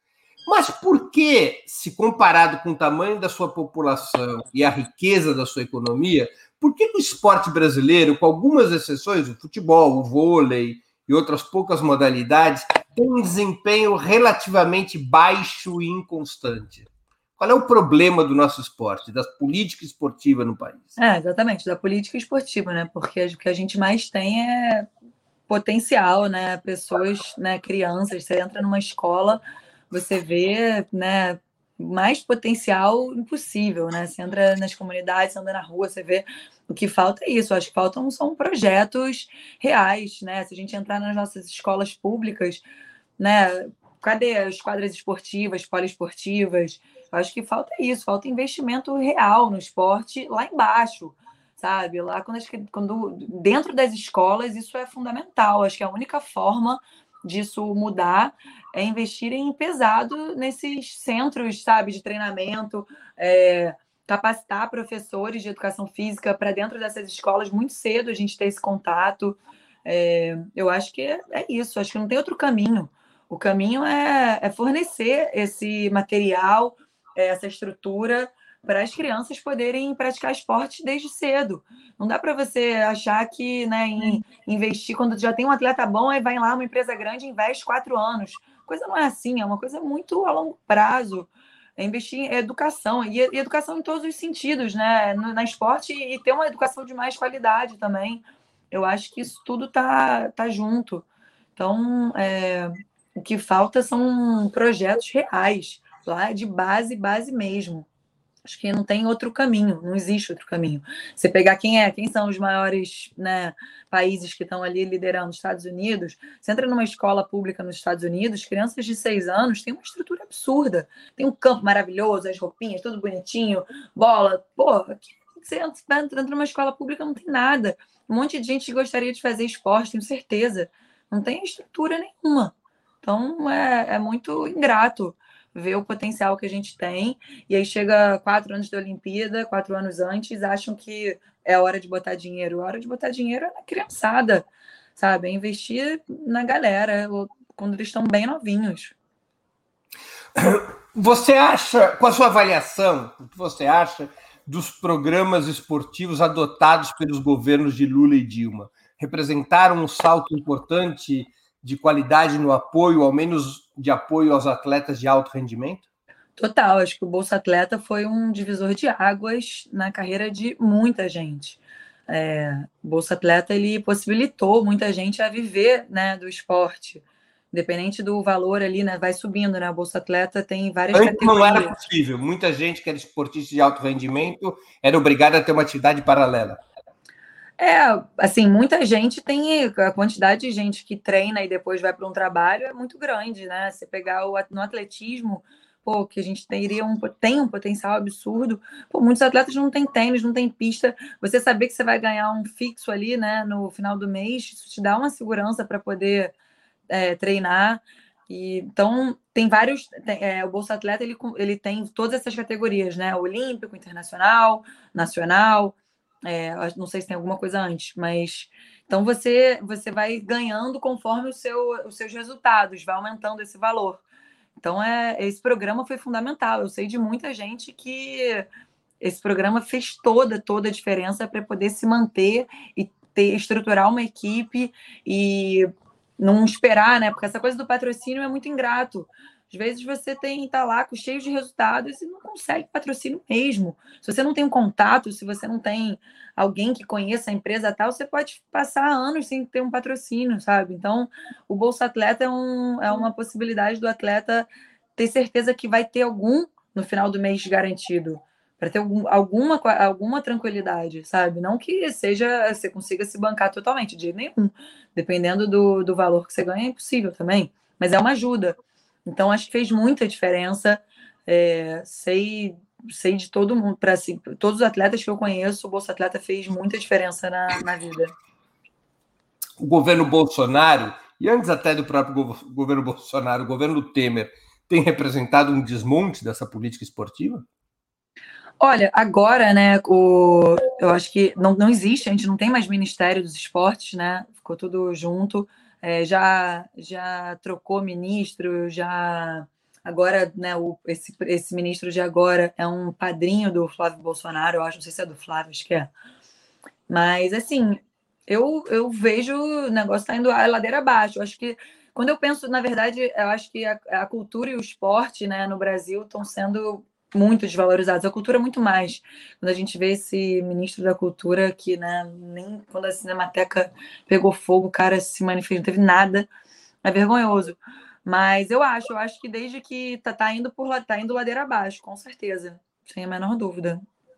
S2: Mas por que, se comparado com o tamanho da sua população e a riqueza da sua economia, por que o esporte brasileiro, com algumas exceções, o futebol, o vôlei e outras poucas modalidades, tem um desempenho relativamente baixo e inconstante? Qual é o problema do nosso esporte, da política esportiva no país?
S3: É, exatamente, da política esportiva, né? Porque o que a gente mais tem é potencial, né? Pessoas, né? Crianças, você entra numa escola, você vê, né? Mais potencial impossível, né? Você entra nas comunidades, você anda na rua, você vê. O que falta é isso. Acho que faltam são projetos reais, né? Se a gente entrar nas nossas escolas públicas, né? Cadê as quadras esportivas, poliesportivas? Eu acho que falta isso, falta investimento real no esporte lá embaixo, sabe? Lá quando, quando dentro das escolas isso é fundamental. Acho que a única forma disso mudar é investirem pesado nesses centros, sabe, de treinamento, é, capacitar professores de educação física para dentro dessas escolas muito cedo a gente ter esse contato. É, eu acho que é, é isso, acho que não tem outro caminho. O caminho é, é fornecer esse material, essa estrutura para as crianças poderem praticar esporte desde cedo. Não dá para você achar que, né, em investir quando já tem um atleta bom, aí vai lá uma empresa grande e investe quatro anos. A coisa não é assim, é uma coisa muito a longo prazo. É investir em educação, e educação em todos os sentidos, né? No, na esporte e ter uma educação de mais qualidade também. Eu acho que isso tudo tá, tá junto. Então, é, o que falta são projetos reais, lá de base, base mesmo. Acho que não tem outro caminho, não existe outro caminho. Você pegar quem é, quem são os maiores, né, países que estão ali liderando os Estados Unidos, você entra numa escola pública nos Estados Unidos, crianças de seis anos têm uma estrutura absurda. Tem um campo maravilhoso, as roupinhas, tudo bonitinho, bola. Pô, você entra numa escola pública, não tem nada. Um monte de gente gostaria de fazer esporte, tenho certeza. Não tem estrutura nenhuma. Então, é, é muito ingrato ver o potencial que a gente tem, e aí chega quatro anos da Olimpíada, quatro anos antes, acham que é hora de botar dinheiro. A hora de botar dinheiro é na criançada, sabe? É investir na galera, quando eles estão bem novinhos.
S2: Você acha, com a sua avaliação, o que você acha dos programas esportivos adotados pelos governos de Lula e Dilma? Representaram um salto importante de qualidade no apoio, ao menos de apoio aos atletas de alto rendimento?
S3: Total, acho que o Bolsa Atleta foi um divisor de águas na carreira de muita gente. É, o Bolsa Atleta ele possibilitou muita gente a viver, né, do esporte. Independente do valor ali, né, vai subindo, né? O Bolsa Atleta tem várias
S2: Antes
S3: categorias.
S2: Não era possível. Muita gente que era esportista de alto rendimento era obrigada a ter uma atividade paralela.
S3: É, assim, muita gente tem a quantidade de gente que treina e depois vai para um trabalho é muito grande, né? Você pegar o, no atletismo, pô, que a gente teria um, tem um potencial absurdo. Pô, muitos atletas não têm tênis, não tem pista. Você saber que você vai ganhar um fixo ali, né, no final do mês, isso te dá uma segurança para poder é, treinar. E, então, tem vários. Tem, é, o Bolsa Atleta ele, ele tem todas essas categorias, né? Olímpico, internacional, nacional. É, não sei se tem alguma coisa antes, mas então você você vai ganhando conforme o seu, os seus resultados, vai aumentando esse valor. Então é esse programa foi fundamental. Eu sei de muita gente que esse programa fez toda toda a diferença para poder se manter e ter estruturar uma equipe e não esperar, né? Porque essa coisa do patrocínio é muito ingrato. Às vezes você tem tá lá com cheio de resultados e não consegue patrocínio mesmo. Se você não tem um contato, se você não tem alguém que conheça a empresa tal, você pode passar anos sem ter um patrocínio, sabe? Então, o Bolsa Atleta é, um, é uma possibilidade do atleta ter certeza que vai ter algum no final do mês garantido, para ter algum, alguma, alguma tranquilidade, sabe? Não que seja, você consiga se bancar totalmente, de jeito nenhum. Dependendo do, do valor que você ganha, é impossível também. Mas é uma ajuda. Então, acho que fez muita diferença. É, sei, sei de todo mundo, para assim, todos os atletas que eu conheço, o Bolsa Atleta fez muita diferença na, na vida.
S2: O governo Bolsonaro, e antes até do próprio governo Bolsonaro, o governo Temer, tem representado um desmonte dessa política esportiva?
S3: Olha, agora, né, o, eu acho que não, não existe, a gente não tem mais Ministério dos Esportes, né? Ficou tudo junto. É, já, já trocou ministro, já agora, né, o, esse, esse ministro de agora é um padrinho do Flávio Bolsonaro, eu acho, não sei se é do Flávio, acho que é. Mas, assim, eu, eu vejo o negócio tá indo a ladeira abaixo. Eu acho que, quando eu penso, na verdade, eu acho que a, a cultura e o esporte, né, no Brasil estão sendo muito desvalorizados. A cultura muito mais. Quando a gente vê esse ministro da cultura que, né, nem quando a Cinemateca pegou fogo, o cara se manifestou, não teve nada. É vergonhoso. Mas eu acho, eu acho que desde que tá, tá indo por tá indo ladeira abaixo, com certeza. Sem a menor dúvida.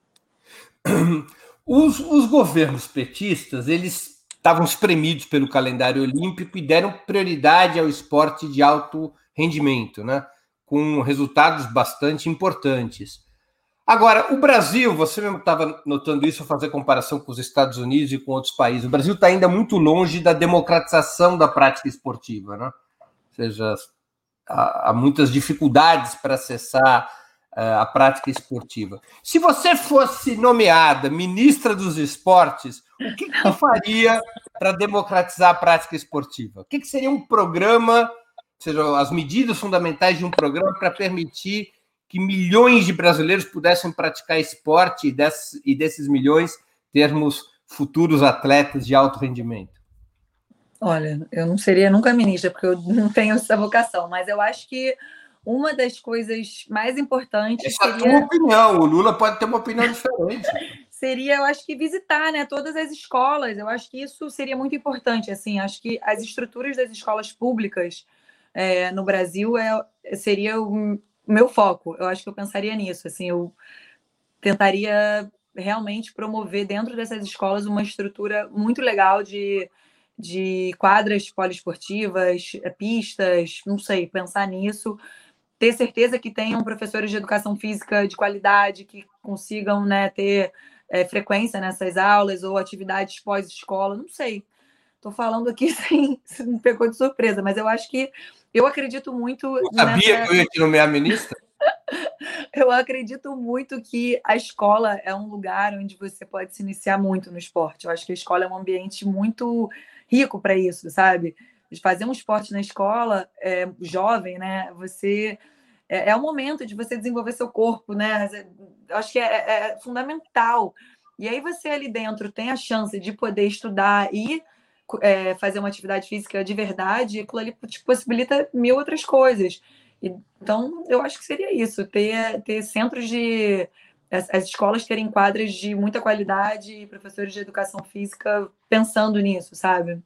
S2: Os, os governos petistas, eles estavam espremidos pelo calendário olímpico e deram prioridade ao esporte de alto rendimento, né? Com resultados bastante importantes. Agora, o Brasil, você mesmo estava notando isso ao fazer comparação com os Estados Unidos e com outros países, o Brasil está ainda muito longe da democratização da prática esportiva, né? Ou seja, há, há muitas dificuldades para acessar uh, a prática esportiva. Se você fosse nomeada ministra dos esportes, o que, que faria para democratizar a prática esportiva? O que, que seria um programa, ou seja, as medidas fundamentais de um programa para permitir que milhões de brasileiros pudessem praticar esporte e, desse, e desses milhões termos futuros atletas de alto rendimento?
S3: Olha, eu não seria nunca ministra, porque eu não tenho essa vocação, mas eu acho que uma das coisas mais importantes
S2: Essa
S3: seria...
S2: é a tua opinião, o Lula pode ter uma opinião diferente.
S3: Seria, eu acho que visitar, né, todas as escolas. Eu acho que isso seria muito importante. Assim, acho que as estruturas das escolas públicas é, no Brasil é, seria o meu foco. Eu acho que eu pensaria nisso. Assim, eu tentaria realmente promover dentro dessas escolas uma estrutura muito legal de, de quadras poliesportivas, pistas, não sei, pensar nisso. Ter certeza que tenham professores de educação física de qualidade, que consigam, né, ter é, frequência nessas aulas ou atividades pós-escola, não sei. Estou falando aqui sem, me pegou de surpresa, mas eu acho que eu acredito muito.
S2: Eu sabia nessa... que eu ia te nomear ministra?
S3: Eu acredito muito que a escola é um lugar onde você pode se iniciar muito no esporte. Eu acho que a escola é um ambiente muito rico para isso, sabe? Fazer um esporte na escola, é, jovem, né? Você é, é o momento de você desenvolver seu corpo, né? Eu acho que é, é fundamental. E aí você ali dentro tem a chance de poder estudar e é, fazer uma atividade física de verdade, e aquilo ali te possibilita mil outras coisas. Então, eu acho que seria isso, ter, ter centros de... As, as escolas terem quadras de muita qualidade e professores de educação física pensando nisso, sabe?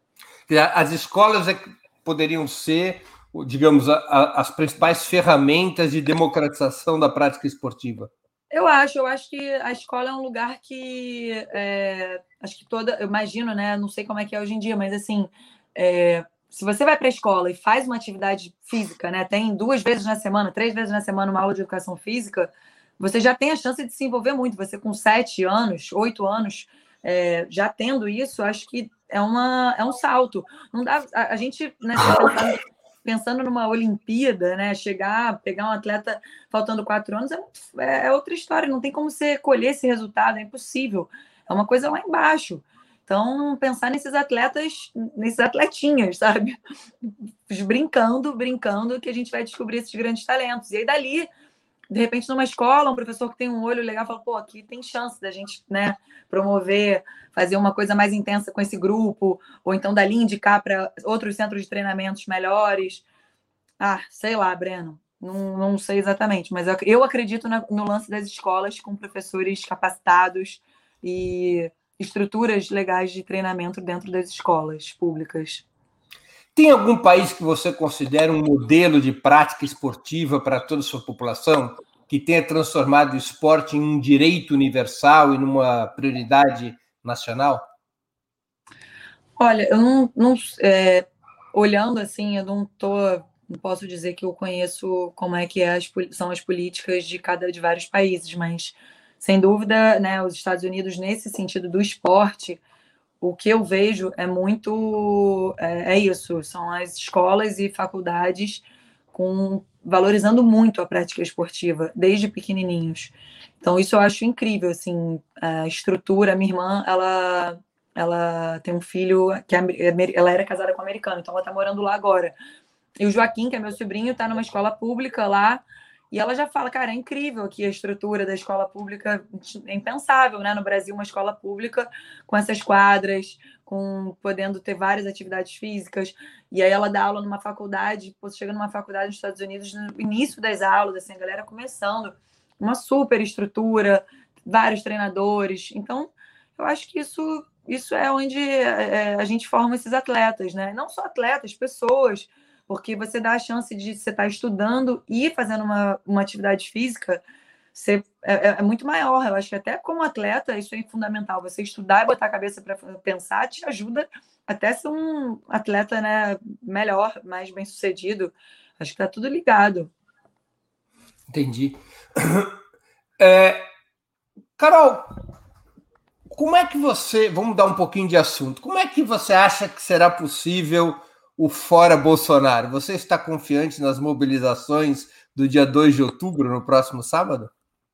S2: As escolas é, poderiam ser, digamos, a, a, as principais ferramentas de democratização da prática esportiva.
S3: Eu acho, eu acho que a escola é um lugar que é, acho que toda, eu imagino, né? Não sei como é que é hoje em dia, mas assim, é, se você vai para a escola e faz uma atividade física, né? Tem duas vezes na semana, três vezes na semana uma aula de educação física, você já tem a chance de se envolver muito. Você com sete anos, oito anos, é, já tendo isso, acho que é, uma, é um salto. Não dá, a, a gente, né, pensando, pensando numa Olimpíada, né? Chegar, pegar um atleta faltando quatro anos é, é outra história. Não tem como você colher esse resultado, é impossível. É uma coisa lá embaixo. Então, pensar nesses atletas, nesses atletinhas, sabe? Brincando, brincando, que a gente vai descobrir esses grandes talentos. E aí, dali, de repente, numa escola, um professor que tem um olho legal fala, pô, aqui tem chance da gente, né, promover, fazer uma coisa mais intensa com esse grupo, ou então dali indicar para outros centros de treinamentos melhores. Ah, sei lá, Breno. Não, não sei exatamente, mas eu, eu acredito na, no lance das escolas com professores capacitados e estruturas legais de treinamento dentro das escolas públicas.
S2: Tem algum país que você considera um modelo de prática esportiva para toda a sua população, que tenha transformado o esporte em um direito universal e numa prioridade nacional?
S3: Olha, eu não, não é, olhando assim, eu não tô, não posso dizer que eu conheço como é que é as, são as políticas de cada de vários países, mas sem dúvida, né, os Estados Unidos nesse sentido do esporte, o que eu vejo é muito é, é isso, são as escolas e faculdades com valorizando muito a prática esportiva desde pequenininhos. Então isso eu acho incrível, assim, a estrutura. Minha irmã, ela ela tem um filho que é, ela era casada com um americano, então ela está morando lá agora. E o Joaquim, que é meu sobrinho, está numa escola pública lá. E ela já fala, cara, é incrível aqui a estrutura da escola pública, é impensável, né? No Brasil, uma escola pública com essas quadras, com podendo ter várias atividades físicas. E aí ela dá aula numa faculdade, pô, chega numa faculdade nos Estados Unidos, no início das aulas, assim, a galera começando, uma super estrutura, vários treinadores. Então, eu acho que isso, isso é onde é, a gente forma esses atletas, né? Não só atletas, pessoas, porque você dá a chance de você estar estudando e fazendo uma, uma atividade física, você, é, é muito maior. Eu acho que até como atleta isso é fundamental. Você estudar e botar a cabeça para pensar te ajuda até ser um atleta, né, melhor, mais bem sucedido. Acho que está tudo ligado.
S2: Entendi. É, Carol, como é que você... Vamos mudar um pouquinho de assunto. Como é que você acha que será possível o fora Bolsonaro? Você está confiante nas mobilizações do dia dois de outubro, no próximo sábado?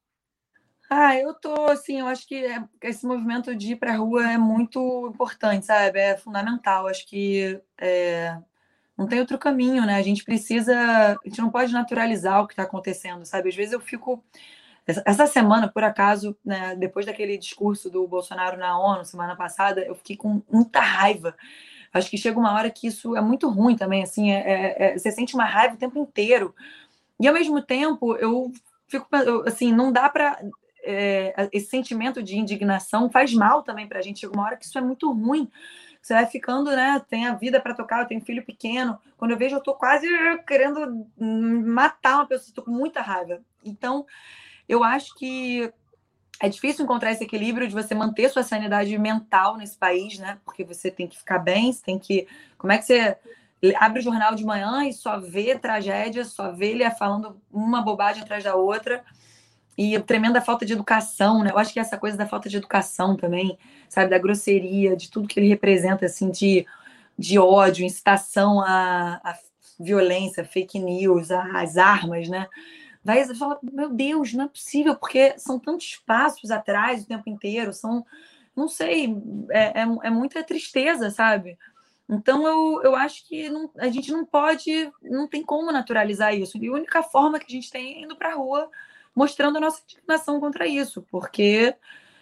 S3: Ah, eu tô assim, eu acho que é, esse movimento de ir para a rua é muito importante, sabe? É fundamental. Acho que é, não tem outro caminho, né? A gente precisa, a gente não pode naturalizar o que está acontecendo, sabe? Às vezes eu fico. Essa semana, por acaso, né, depois daquele discurso do Bolsonaro na ONU, semana passada, eu fiquei com muita raiva. Acho que chega uma hora que isso é muito ruim também, assim, é, é, é, você sente uma raiva o tempo inteiro. E ao mesmo tempo, eu fico, eu, assim, não dá para é, esse sentimento de indignação faz mal também para a gente. Chega uma hora que isso é muito ruim. Você vai ficando, né? Tem a vida para tocar, eu tenho filho pequeno. Quando eu vejo, eu tô quase querendo matar uma pessoa, tô com muita raiva. Então, eu acho que é difícil encontrar esse equilíbrio de você manter sua sanidade mental nesse país, né? Porque você tem que ficar bem, você tem que. Como é que você abre o jornal de manhã e só vê tragédia, só vê ele falando uma bobagem atrás da outra? E tremenda falta de educação, né? Eu acho que essa coisa da falta de educação também, sabe? Da grosseria, de tudo que ele representa, assim, de, de ódio, incitação à, à violência, fake news, às armas, né? Daí você fala, meu Deus, não é possível, porque são tantos passos atrás o tempo inteiro, são, não sei, é, é, é muita tristeza, sabe? Então eu, eu acho que não, a gente não pode, não tem como naturalizar isso. E a única forma que a gente tem é indo para a rua mostrando a nossa indignação contra isso, porque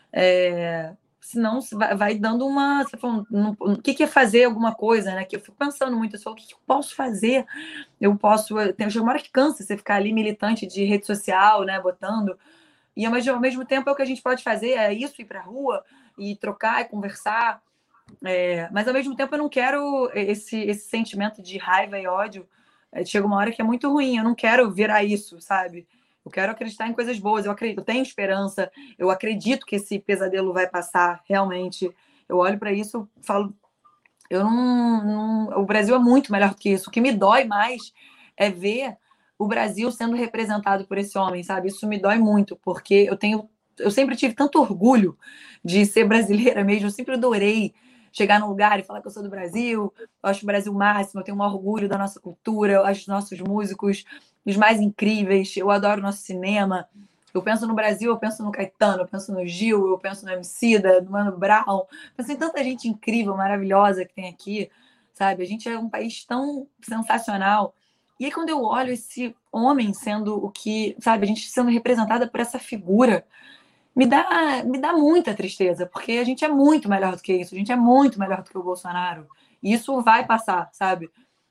S3: é, senão vai, vai dando uma. Você falando, não, o que, que é fazer alguma coisa, né? Que eu fico pensando muito, eu falo, o que, que eu posso fazer? Eu posso. Tem uma hora que cansa você ficar ali militante de rede social, né? Botando. E ao mesmo, ao mesmo tempo é o que a gente pode fazer, é isso, ir para a rua e trocar e conversar. É, mas ao mesmo tempo eu não quero esse, esse sentimento de raiva e ódio. É, chega uma hora que é muito ruim, eu não quero virar isso, sabe? Eu quero acreditar em coisas boas, eu acredito, eu tenho esperança, eu acredito que esse pesadelo vai passar, realmente. Eu olho para isso e falo, eu não, não, o Brasil é muito melhor do que isso. O que me dói mais é ver o Brasil sendo representado por esse homem, sabe? Isso me dói muito, porque eu tenho, eu sempre tive tanto orgulho de ser brasileira mesmo, eu sempre adorei chegar num lugar e falar que eu sou do Brasil, eu acho o Brasil o máximo, eu tenho um orgulho da nossa cultura, eu acho os nossos músicos os mais incríveis, eu adoro o nosso cinema. Eu penso no Brasil, eu penso no Caetano, eu penso no Gil, eu penso no Emicida, no Mano Brown, penso em tanta gente incrível, maravilhosa que tem aqui, sabe? A gente é um país tão sensacional. E aí, quando eu olho esse homem sendo o que, sabe, a gente sendo representada por essa figura, me dá, me dá muita tristeza, porque a gente é muito melhor do que isso, a gente é muito melhor do que o Bolsonaro. E isso vai passar, sabe?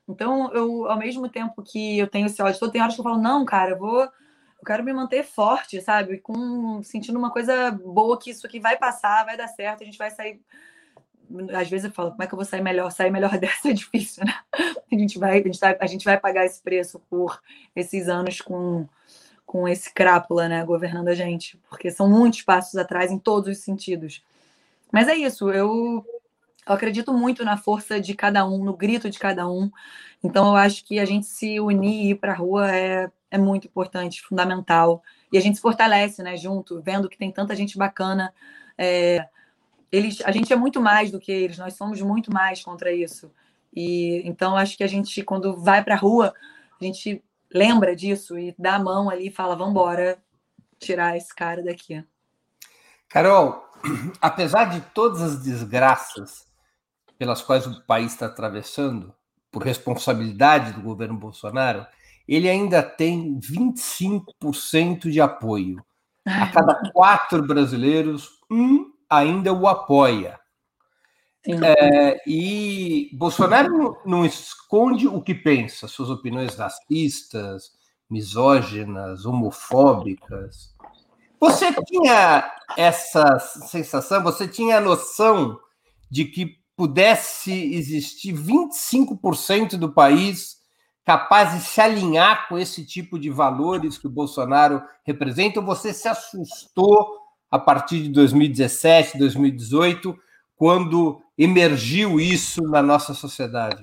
S3: Então, eu, ao mesmo tempo que eu tenho esse ódio todo, tem horas que eu falo, não, cara, eu vou, eu quero me manter forte, sabe? Com, sentindo uma coisa boa, que isso aqui vai passar, vai dar certo, a gente vai sair. Às vezes eu falo, como é que eu vou sair melhor? Sair melhor dessa é difícil, né? A gente vai, a gente vai, a gente vai pagar esse preço por esses anos com, com esse crápula, né, governando a gente, porque são muitos passos atrás em todos os sentidos. Mas é isso, eu Eu acredito muito na força de cada um, no grito de cada um. Então, eu acho que a gente se unir e ir para a rua é, é muito importante, fundamental. E a gente se fortalece, né, junto, vendo que tem tanta gente bacana. É, eles, a gente é muito mais do que eles, nós somos muito mais contra isso. E então, acho que a gente, quando vai para a rua, a gente lembra disso e dá a mão ali e fala: vamos embora tirar esse cara daqui.
S2: Carol, apesar de todas as desgraças pelas quais o país está atravessando, por responsabilidade do governo Bolsonaro, ele ainda tem vinte e cinco por cento de apoio. A cada quatro brasileiros, um ainda o apoia. É, e Bolsonaro não esconde o que pensa, suas opiniões racistas, misóginas, homofóbicas. Você tinha essa sensação, você tinha a noção de que pudesse existir vinte e cinco por cento do país capaz de se alinhar com esse tipo de valores que o Bolsonaro representa, ou você se assustou a partir de dois mil e dezessete, dois mil e dezoito, quando emergiu isso na nossa sociedade?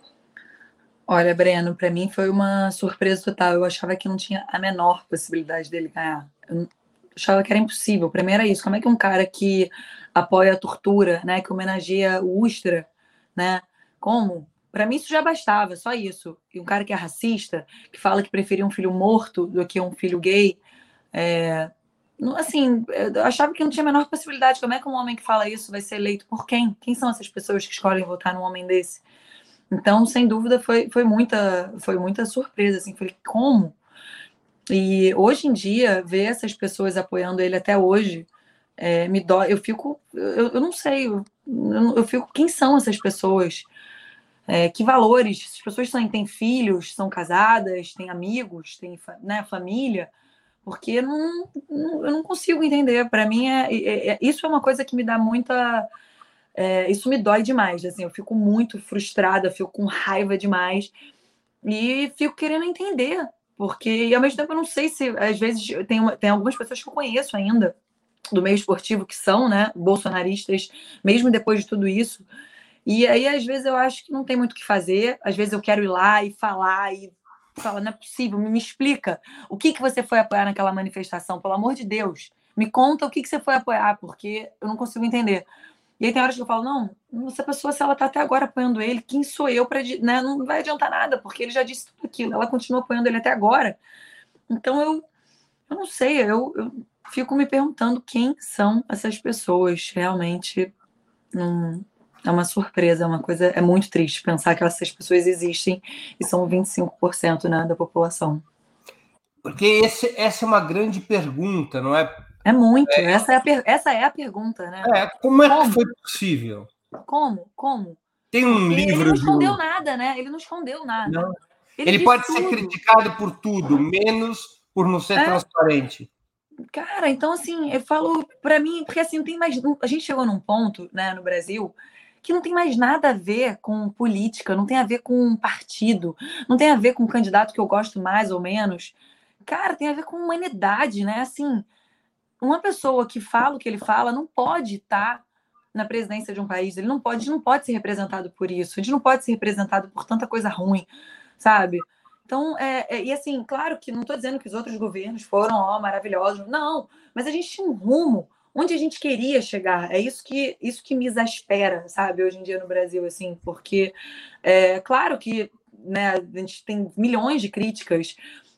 S3: Olha, Breno, para mim foi uma surpresa total. Eu achava que não tinha a menor possibilidade dele ganhar. Eu achava que era impossível. Para mim era isso. Como é que um cara que apoia a tortura, né, que homenageia o Ustra, né? Como? Para mim isso já bastava, só isso. E um cara que é racista, que fala que preferia um filho morto do que um filho gay, é... assim, eu achava que não tinha a menor possibilidade. Como é que um homem que fala isso vai ser eleito por quem? Quem são essas pessoas que escolhem votar num homem desse? Então, sem dúvida, foi, foi, muita, foi muita surpresa. Assim, falei, como? E hoje em dia, ver essas pessoas apoiando ele até hoje, é, me dói. Eu fico, eu, eu não sei, eu, eu fico, quem são essas pessoas? É, que valores? Essas pessoas têm, têm filhos, são casadas, têm amigos, têm, né, família? Porque eu não, não, eu não consigo entender. Para mim, é, é, é, isso é uma coisa que me dá muita. É, isso me dói demais. Assim, eu fico muito frustrada, fico com raiva demais e fico querendo entender. Porque, e ao mesmo tempo, eu não sei se, às vezes, tem, uma, tem algumas pessoas que eu conheço ainda do meio esportivo que são, né, bolsonaristas, mesmo depois de tudo isso. E aí, às vezes, eu acho que não tem muito o que fazer. Às vezes, eu quero ir lá e falar e falar, não é possível, me, me explica o que, que você foi apoiar naquela manifestação, pelo amor de Deus. Me conta o que, que você foi apoiar, porque eu não consigo entender. E aí tem horas que eu falo, não, essa pessoa, se ela está até agora apoiando ele, quem sou eu para, né, não vai adiantar nada, porque ele já disse tudo aquilo, ela continua apoiando ele até agora. Então eu, eu não sei, eu, eu fico me perguntando quem são essas pessoas. Realmente não, é uma surpresa, é uma coisa, é muito triste pensar que essas pessoas existem e são vinte e cinco por cento, né, da população.
S2: Porque esse, essa é uma grande pergunta, não é?
S3: É muito, é, essa, é a, essa é a pergunta, né?
S2: É, como é
S3: como?
S2: que foi possível?
S3: Como? Como?
S2: Tem um
S3: Porque
S2: livro.
S3: Ele não escondeu
S2: de...
S3: nada, né? Ele não escondeu nada.
S2: Não.
S3: Ele,
S2: Ele pode
S3: tudo.
S2: ser criticado por tudo, menos por não ser é. transparente.
S3: Cara, então assim, eu falo para mim, porque assim, não tem mais. A gente chegou num ponto, né, no Brasil, que não tem mais nada a ver com política, não tem a ver com partido, não tem a ver com um candidato que eu gosto mais ou menos. Cara, tem a ver com humanidade, né? Assim, uma pessoa que fala o que ele fala não pode estar na presidência de um país, ele não pode, não pode ser representado por isso, a gente não pode ser representado por tanta coisa ruim, sabe? Então, é, é, e assim, claro que não estou dizendo que os outros governos foram ó, maravilhosos, não, mas a gente tinha um rumo onde a gente queria chegar, é isso que, isso que me exaspera, sabe, hoje em dia no Brasil, assim, porque é claro que, né, a gente tem milhões de críticas,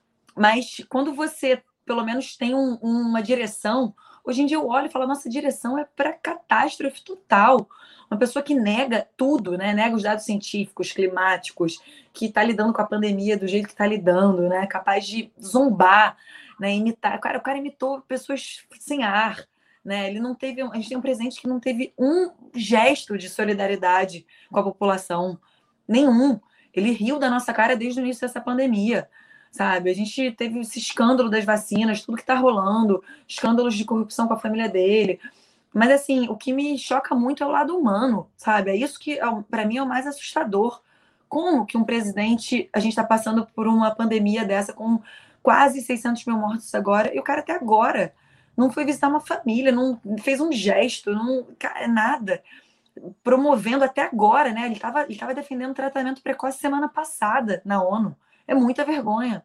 S3: mas quando você, pelo menos, tem um, uma direção, hoje em dia eu olho e falo, nossa direção é para catástrofe total. Uma pessoa que nega tudo, né? Nega os dados científicos, climáticos, que está lidando com a pandemia do jeito que está lidando, né? Capaz de zombar, né? Imitar. Cara, o cara imitou pessoas sem ar, né? Ele não teve. A gente tem um presidente que não teve um gesto de solidariedade com a população. Nenhum. Ele riu da nossa cara desde o início dessa pandemia, sabe? A gente teve esse escândalo das vacinas, tudo que está rolando, escândalos de corrupção com a família dele. Mas, assim, o que me choca muito é o lado humano, sabe? É isso que, para mim, é o mais assustador. Como que um presidente... A gente está passando por uma pandemia dessa com quase seiscentos mil mortos agora, e o cara até agora não foi visitar uma família, não fez um gesto, não, nada. Promovendo até agora, né? Ele estava ele tava defendendo tratamento precoce semana passada na ONU. É muita vergonha.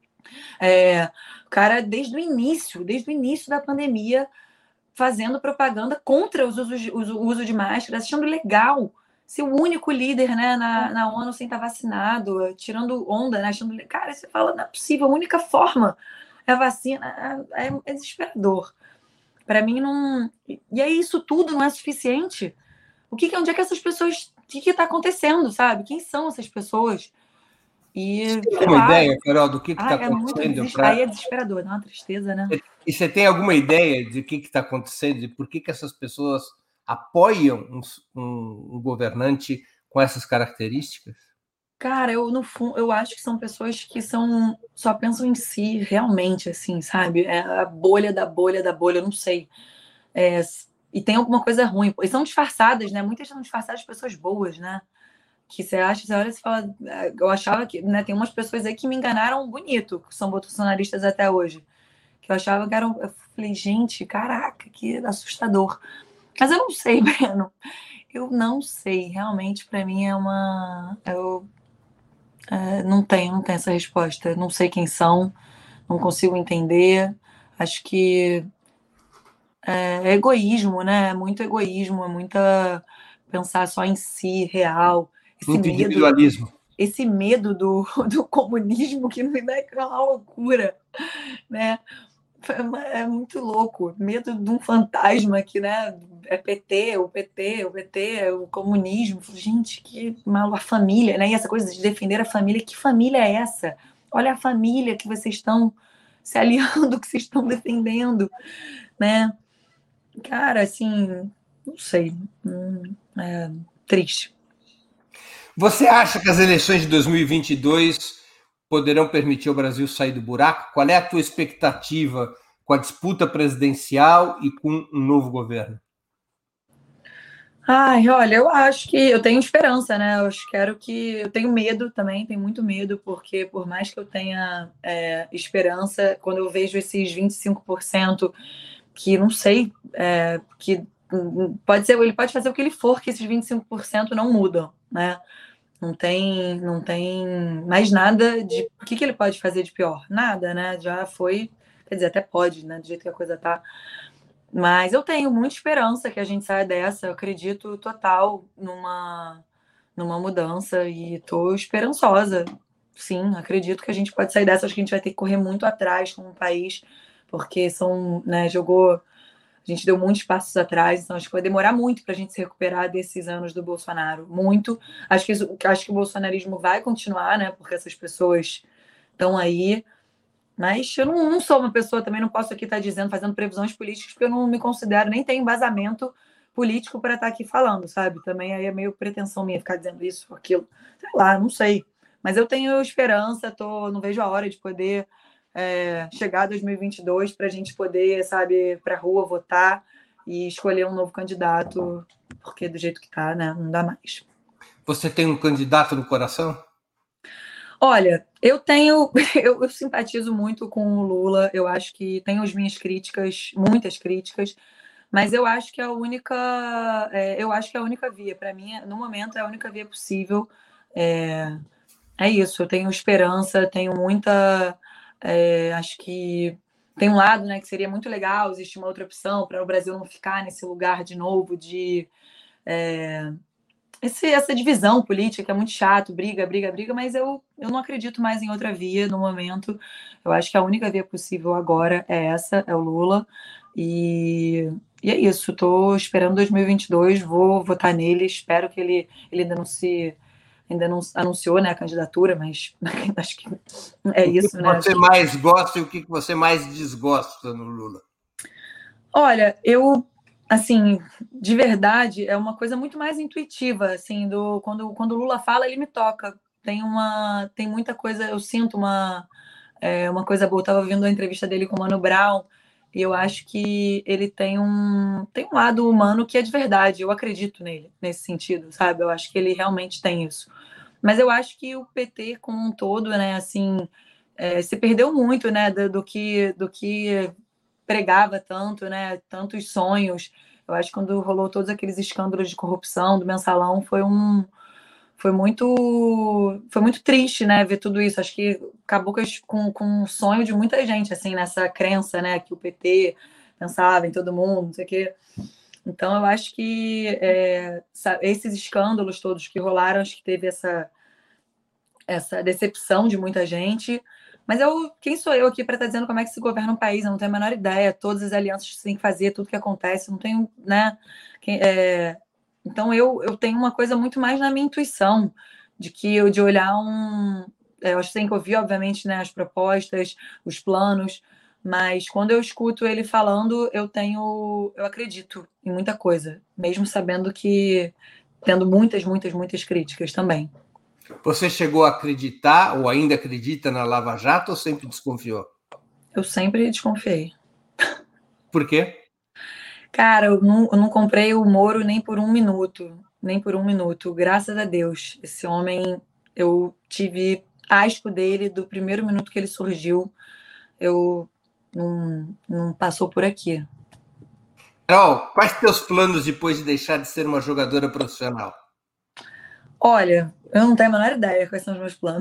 S3: É, o cara, desde o início, desde o início da pandemia, fazendo propaganda contra os usos de, o uso de máscaras, achando legal ser o único líder, né, na, na ONU sem estar vacinado, tirando onda, né? Achando, cara, você fala, não é possível, a única forma é a vacina. É, é desesperador. Para mim, não. E aí, isso tudo não é suficiente. O que, onde é que essas pessoas... O que está acontecendo, sabe? Quem são essas pessoas? E,
S2: você tem alguma lá, ideia, Carol, do que está acontecendo?
S3: É pra... Aí é desesperador, dá uma tristeza, né?
S2: E você tem alguma ideia de o que está acontecendo? De por que, que essas pessoas apoiam um, um, um governante com essas características?
S3: Cara, eu, no fundo, eu acho que são pessoas que são, só pensam em si, realmente, assim, sabe? É a bolha da bolha da bolha, eu não sei. É... E tem alguma coisa ruim. E são disfarçadas, né? Muitas são disfarçadas de pessoas boas, né? Que você acha, você olha e fala... Eu achava que... Né, tem umas pessoas aí que me enganaram bonito, que são bolsonaristas até hoje. Que eu achava que eram... Eu falei, gente, caraca, que assustador. Mas eu não sei, Breno. Eu não sei. Realmente, para mim, é uma... Eu é, não tenho, não tenho essa resposta. Não sei quem são, não consigo entender. Acho que... É egoísmo, né? É muito egoísmo, é muita pensar só em si, real. Esse
S2: muito
S3: medo,
S2: individualismo.
S3: Esse medo do, do comunismo que me dá uma loucura, né? É muito louco. Medo de um fantasma que, né? É P T, o P T, o P T, o comunismo. Gente, que mal a família, né? E essa coisa de defender a família. Que família é essa? Olha a família que vocês estão se aliando, que vocês estão defendendo, né? Cara, assim, não sei. Hum, é triste.
S2: Você acha que as eleições de dois mil e vinte e dois poderão permitir ao Brasil sair do buraco? Qual é a tua expectativa com a disputa presidencial e com um novo governo?
S3: Ai, olha, eu acho que eu tenho esperança, né? Eu quero que. Eu tenho medo também, tenho muito medo, porque por mais que eu tenha é, esperança, quando eu vejo esses vinte e cinco por cento que não sei, é, que pode ser, ele pode fazer o que ele for, que esses vinte e cinco por cento não mudam, né? Não tem, não tem mais nada de... O que, que ele pode fazer de pior? Nada, né? Já foi... Quer dizer, até pode, né? Do jeito que a coisa tá. Mas eu tenho muita esperança que a gente saia dessa. Eu acredito total numa, numa mudança e tô esperançosa. Sim, acredito que a gente pode sair dessa. Acho que a gente vai ter que correr muito atrás como um país, porque são, né, jogou... A gente deu muitos passos atrás, então acho que vai demorar muito para a gente se recuperar desses anos do Bolsonaro. Muito. Acho que, isso, acho que o bolsonarismo vai continuar, né? Porque essas pessoas estão aí. Mas eu não, não sou uma pessoa, também não posso aqui estar dizendo, fazendo previsões políticas, porque eu não me considero, nem tenho embasamento político para estar aqui falando, sabe? Também aí é meio pretensão minha ficar dizendo isso, aquilo. Sei lá, não sei. Mas eu tenho esperança, tô, não vejo a hora de poder... É, chegar a dois mil e vinte e dois para a gente poder, sabe, ir para a rua votar e escolher um novo candidato, porque do jeito que tá, né, não dá mais.
S2: Você tem um candidato no coração?
S3: Olha, eu tenho, eu, eu simpatizo muito com o Lula, eu acho que tenho as minhas críticas, muitas críticas, mas eu acho que a única, é, eu acho que a única via, para mim, no momento, é a única via possível. É, é isso, eu tenho esperança, tenho muita... É, acho que tem um lado, né, que seria muito legal existir uma outra opção para o Brasil não ficar nesse lugar de novo de é, esse, essa divisão política que é muito chato, briga, briga, briga, mas eu, eu não acredito mais em outra via no momento. Eu acho que a única via possível agora é essa, é o Lula, e, e é isso, estou esperando dois mil e vinte e dois, vou votar nele, espero que ele, ele ainda não se... Ainda não anunciou, né, a candidatura, mas acho que é isso, né?
S2: O que você mais gosta e o que você mais desgosta no Lula?
S3: Olha, eu, assim, de verdade, é uma coisa muito mais intuitiva, assim, do, quando, quando o Lula fala, ele me toca. tem uma, tem muita coisa, eu sinto uma, é, uma coisa boa. Eu estava vendo a entrevista dele com o Mano Brown, e eu acho que ele tem um, tem um lado humano que é de verdade. Eu acredito nele, nesse sentido, sabe? Eu acho que ele realmente tem isso. Mas eu acho que o P T como um todo, né, assim, é, se perdeu muito, né, do, do que do que pregava tanto, né, tantos sonhos. Eu acho que quando rolou todos aqueles escândalos de corrupção do Mensalão, foi um foi muito foi muito triste, né, ver tudo isso. Acho que acabou com, com o sonho de muita gente, assim, nessa crença, né, que o P T pensava em todo mundo, não sei o quê. Então, eu acho que é, esses escândalos todos que rolaram, acho que teve essa, essa decepção de muita gente. Mas eu, quem sou eu aqui para estar dizendo como é que se governa um país? Eu não tenho a menor ideia. Todas as alianças que você tem que fazer, tudo que acontece, não tenho, né? É, então, eu, eu tenho uma coisa muito mais na minha intuição, de que eu de olhar um. Eu acho que tem que ouvir, obviamente, né, as propostas, os planos. Mas quando eu escuto ele falando, eu tenho, eu acredito em muita coisa, mesmo sabendo que tendo muitas, muitas, muitas críticas também.
S2: Você chegou a acreditar ou ainda acredita na Lava Jato ou sempre desconfiou?
S3: Eu sempre desconfiei.
S2: Por quê?
S3: Cara, eu não, eu não comprei o Moro nem por um minuto, nem por um minuto. Graças a Deus, esse homem, eu tive asco dele do primeiro minuto que ele surgiu. Eu não, não passou por aqui.
S2: Carol, quais teus planos depois de deixar de ser uma jogadora profissional?
S3: Olha, eu não tenho a menor ideia quais são os meus planos.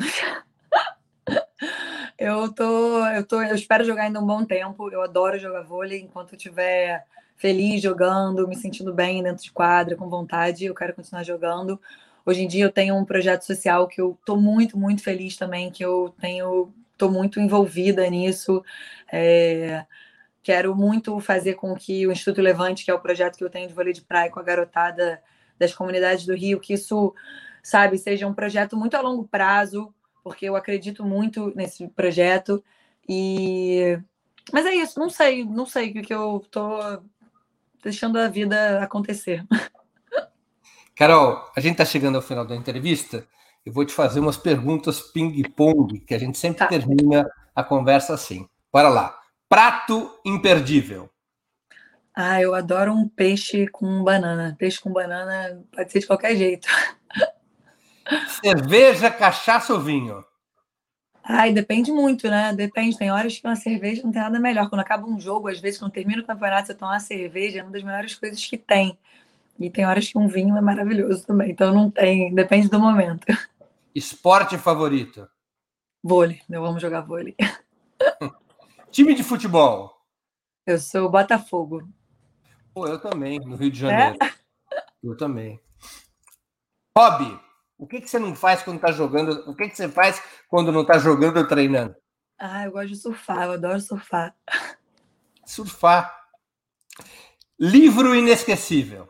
S3: eu tô, eu tô, eu espero jogar ainda um bom tempo. Eu adoro jogar vôlei. Enquanto eu estiver feliz jogando, me sentindo bem dentro de quadra, com vontade, eu quero continuar jogando. Hoje em dia eu tenho um projeto social que eu tô muito, muito feliz também, que eu tenho, tô muito envolvida nisso. É, quero muito fazer com que o Instituto Levante, que é o projeto que eu tenho de vôlei de praia com a garotada das comunidades do Rio, que isso, sabe, seja um projeto muito a longo prazo, porque eu acredito muito nesse projeto. E mas é isso, não sei, não sei o que eu tô deixando a vida acontecer.
S2: Carol, a gente está chegando ao final da entrevista. Eu vou te fazer umas perguntas ping-pong, que a gente sempre tá. termina a conversa assim. Bora lá. Prato imperdível.
S3: Ah, eu adoro um peixe com banana. Peixe com banana pode ser de qualquer jeito.
S2: Cerveja, cachaça ou vinho?
S3: Ai, depende muito, né? Depende. Tem horas que uma cerveja não tem nada melhor. Quando acaba um jogo, às vezes, quando termina o campeonato, você toma uma cerveja, é uma das melhores coisas que tem. E tem horas que um vinho é maravilhoso também. Então não tem, depende do momento.
S2: Esporte favorito?
S3: Vôlei. Eu amo jogar vôlei.
S2: Time de futebol?
S3: Eu sou Botafogo.
S2: Pô, eu também, no Rio de Janeiro. É? Eu também. Hobby? O que, que você não faz quando está jogando? O que, que você faz quando não está jogando ou treinando?
S3: Ah, eu gosto de surfar, eu adoro surfar.
S2: Surfar. Livro inesquecível?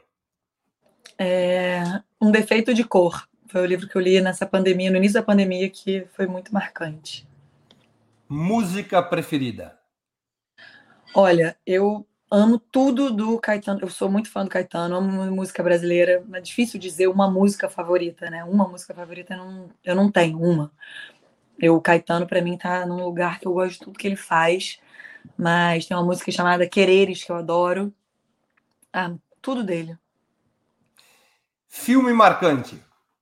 S3: É Um Defeito de Cor. Foi o livro que eu li nessa pandemia, no início da pandemia, que foi muito marcante.
S2: Música preferida?
S3: Olha, eu amo tudo do Caetano. Eu sou muito fã do Caetano, amo música brasileira. É difícil dizer uma música favorita, né? Uma música favorita eu não, eu não tenho uma. Eu, o Caetano, para mim, tá num lugar que eu gosto de tudo que ele faz. Mas tem uma música chamada Quereres, que eu adoro. Ah, tudo dele.
S2: Filme marcante?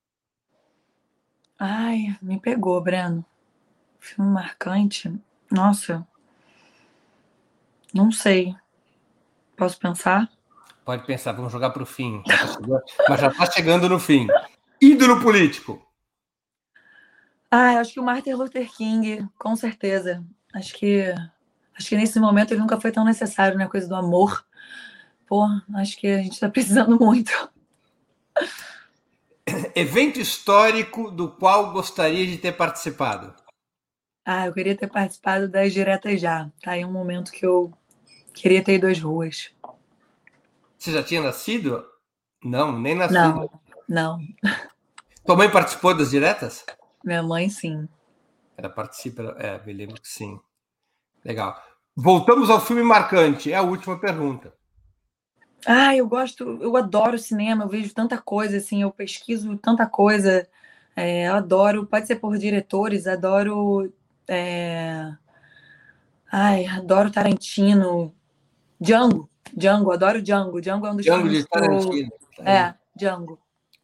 S3: Ai, me pegou, Breno. Filme marcante? Nossa. Não sei. Posso pensar?
S2: Pode pensar, vamos jogar para o fim. Já tá chegando, mas já está chegando no fim. Ídolo político?
S3: Ah, acho que o Martin Luther King, com certeza. Acho que, acho que nesse momento ele nunca foi tão necessário, né? Coisa do amor. Pô, acho que a gente está precisando muito.
S2: Evento histórico do qual gostaria de ter participado?
S3: Ah, eu queria ter participado das Diretas Já. Tá aí um momento que eu queria ter ido às ruas.
S2: Você já tinha nascido? Não, nem nascido.
S3: Não, não.
S2: Tua mãe participou das diretas?
S3: Minha mãe, sim.
S2: Ela participa, é, me lembro que sim. Legal. Voltamos ao filme marcante. É a última pergunta.
S3: Ah, eu gosto, eu adoro cinema, eu vejo tanta coisa, assim, eu pesquiso tanta coisa. É, eu adoro, pode ser por diretores, adoro. É... Ai, adoro Tarantino. Django, Django, adoro Django. Django é um dos
S2: Django
S3: filmes
S2: de Tarantino.
S3: que eu... É, Django.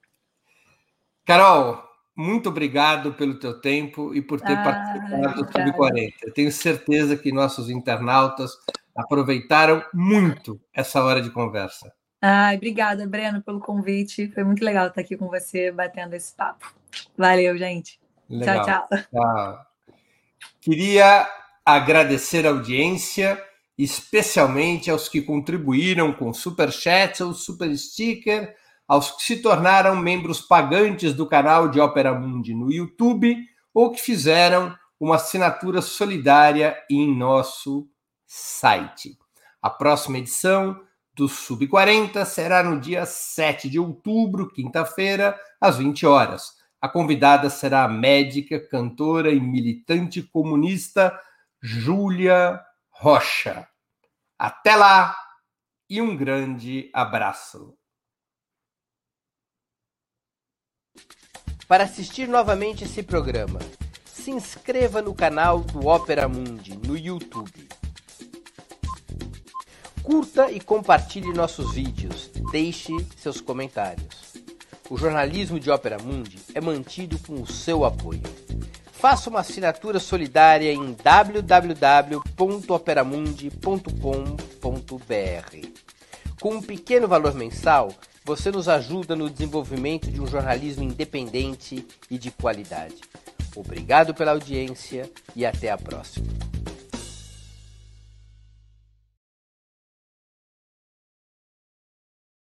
S2: Carol, muito obrigado pelo teu tempo e por ter
S3: Ah,
S2: participado do Sub quarenta. Eu tenho certeza que nossos internautas aproveitaram muito essa hora de conversa.
S3: Ai, obrigada, Breno, pelo convite. Foi muito legal estar aqui com você, batendo esse papo. Valeu, gente.
S2: Legal.
S3: Tchau, tchau.
S2: Tchau. Queria agradecer a audiência, especialmente aos que contribuíram com Superchat ou Super Sticker, aos que se tornaram membros pagantes do canal de Ópera Mundi no YouTube ou que fizeram uma assinatura solidária em nosso site. A próxima edição do Sub quarenta será no dia sete de outubro, quinta-feira, às vinte horas. A convidada será a médica, cantora e militante comunista Júlia Rocha. Até lá e um grande abraço.
S4: Para assistir novamente esse programa, se inscreva no canal do Ópera Mundi no YouTube. Curta e compartilhe nossos vídeos. Deixe seus comentários. O jornalismo de Ópera Mundi é mantido com o seu apoio. Faça uma assinatura solidária em w w w ponto operamundi ponto com ponto b r. Com um pequeno valor mensal, você nos ajuda no desenvolvimento de um jornalismo independente e de qualidade. Obrigado pela audiência e até a próxima.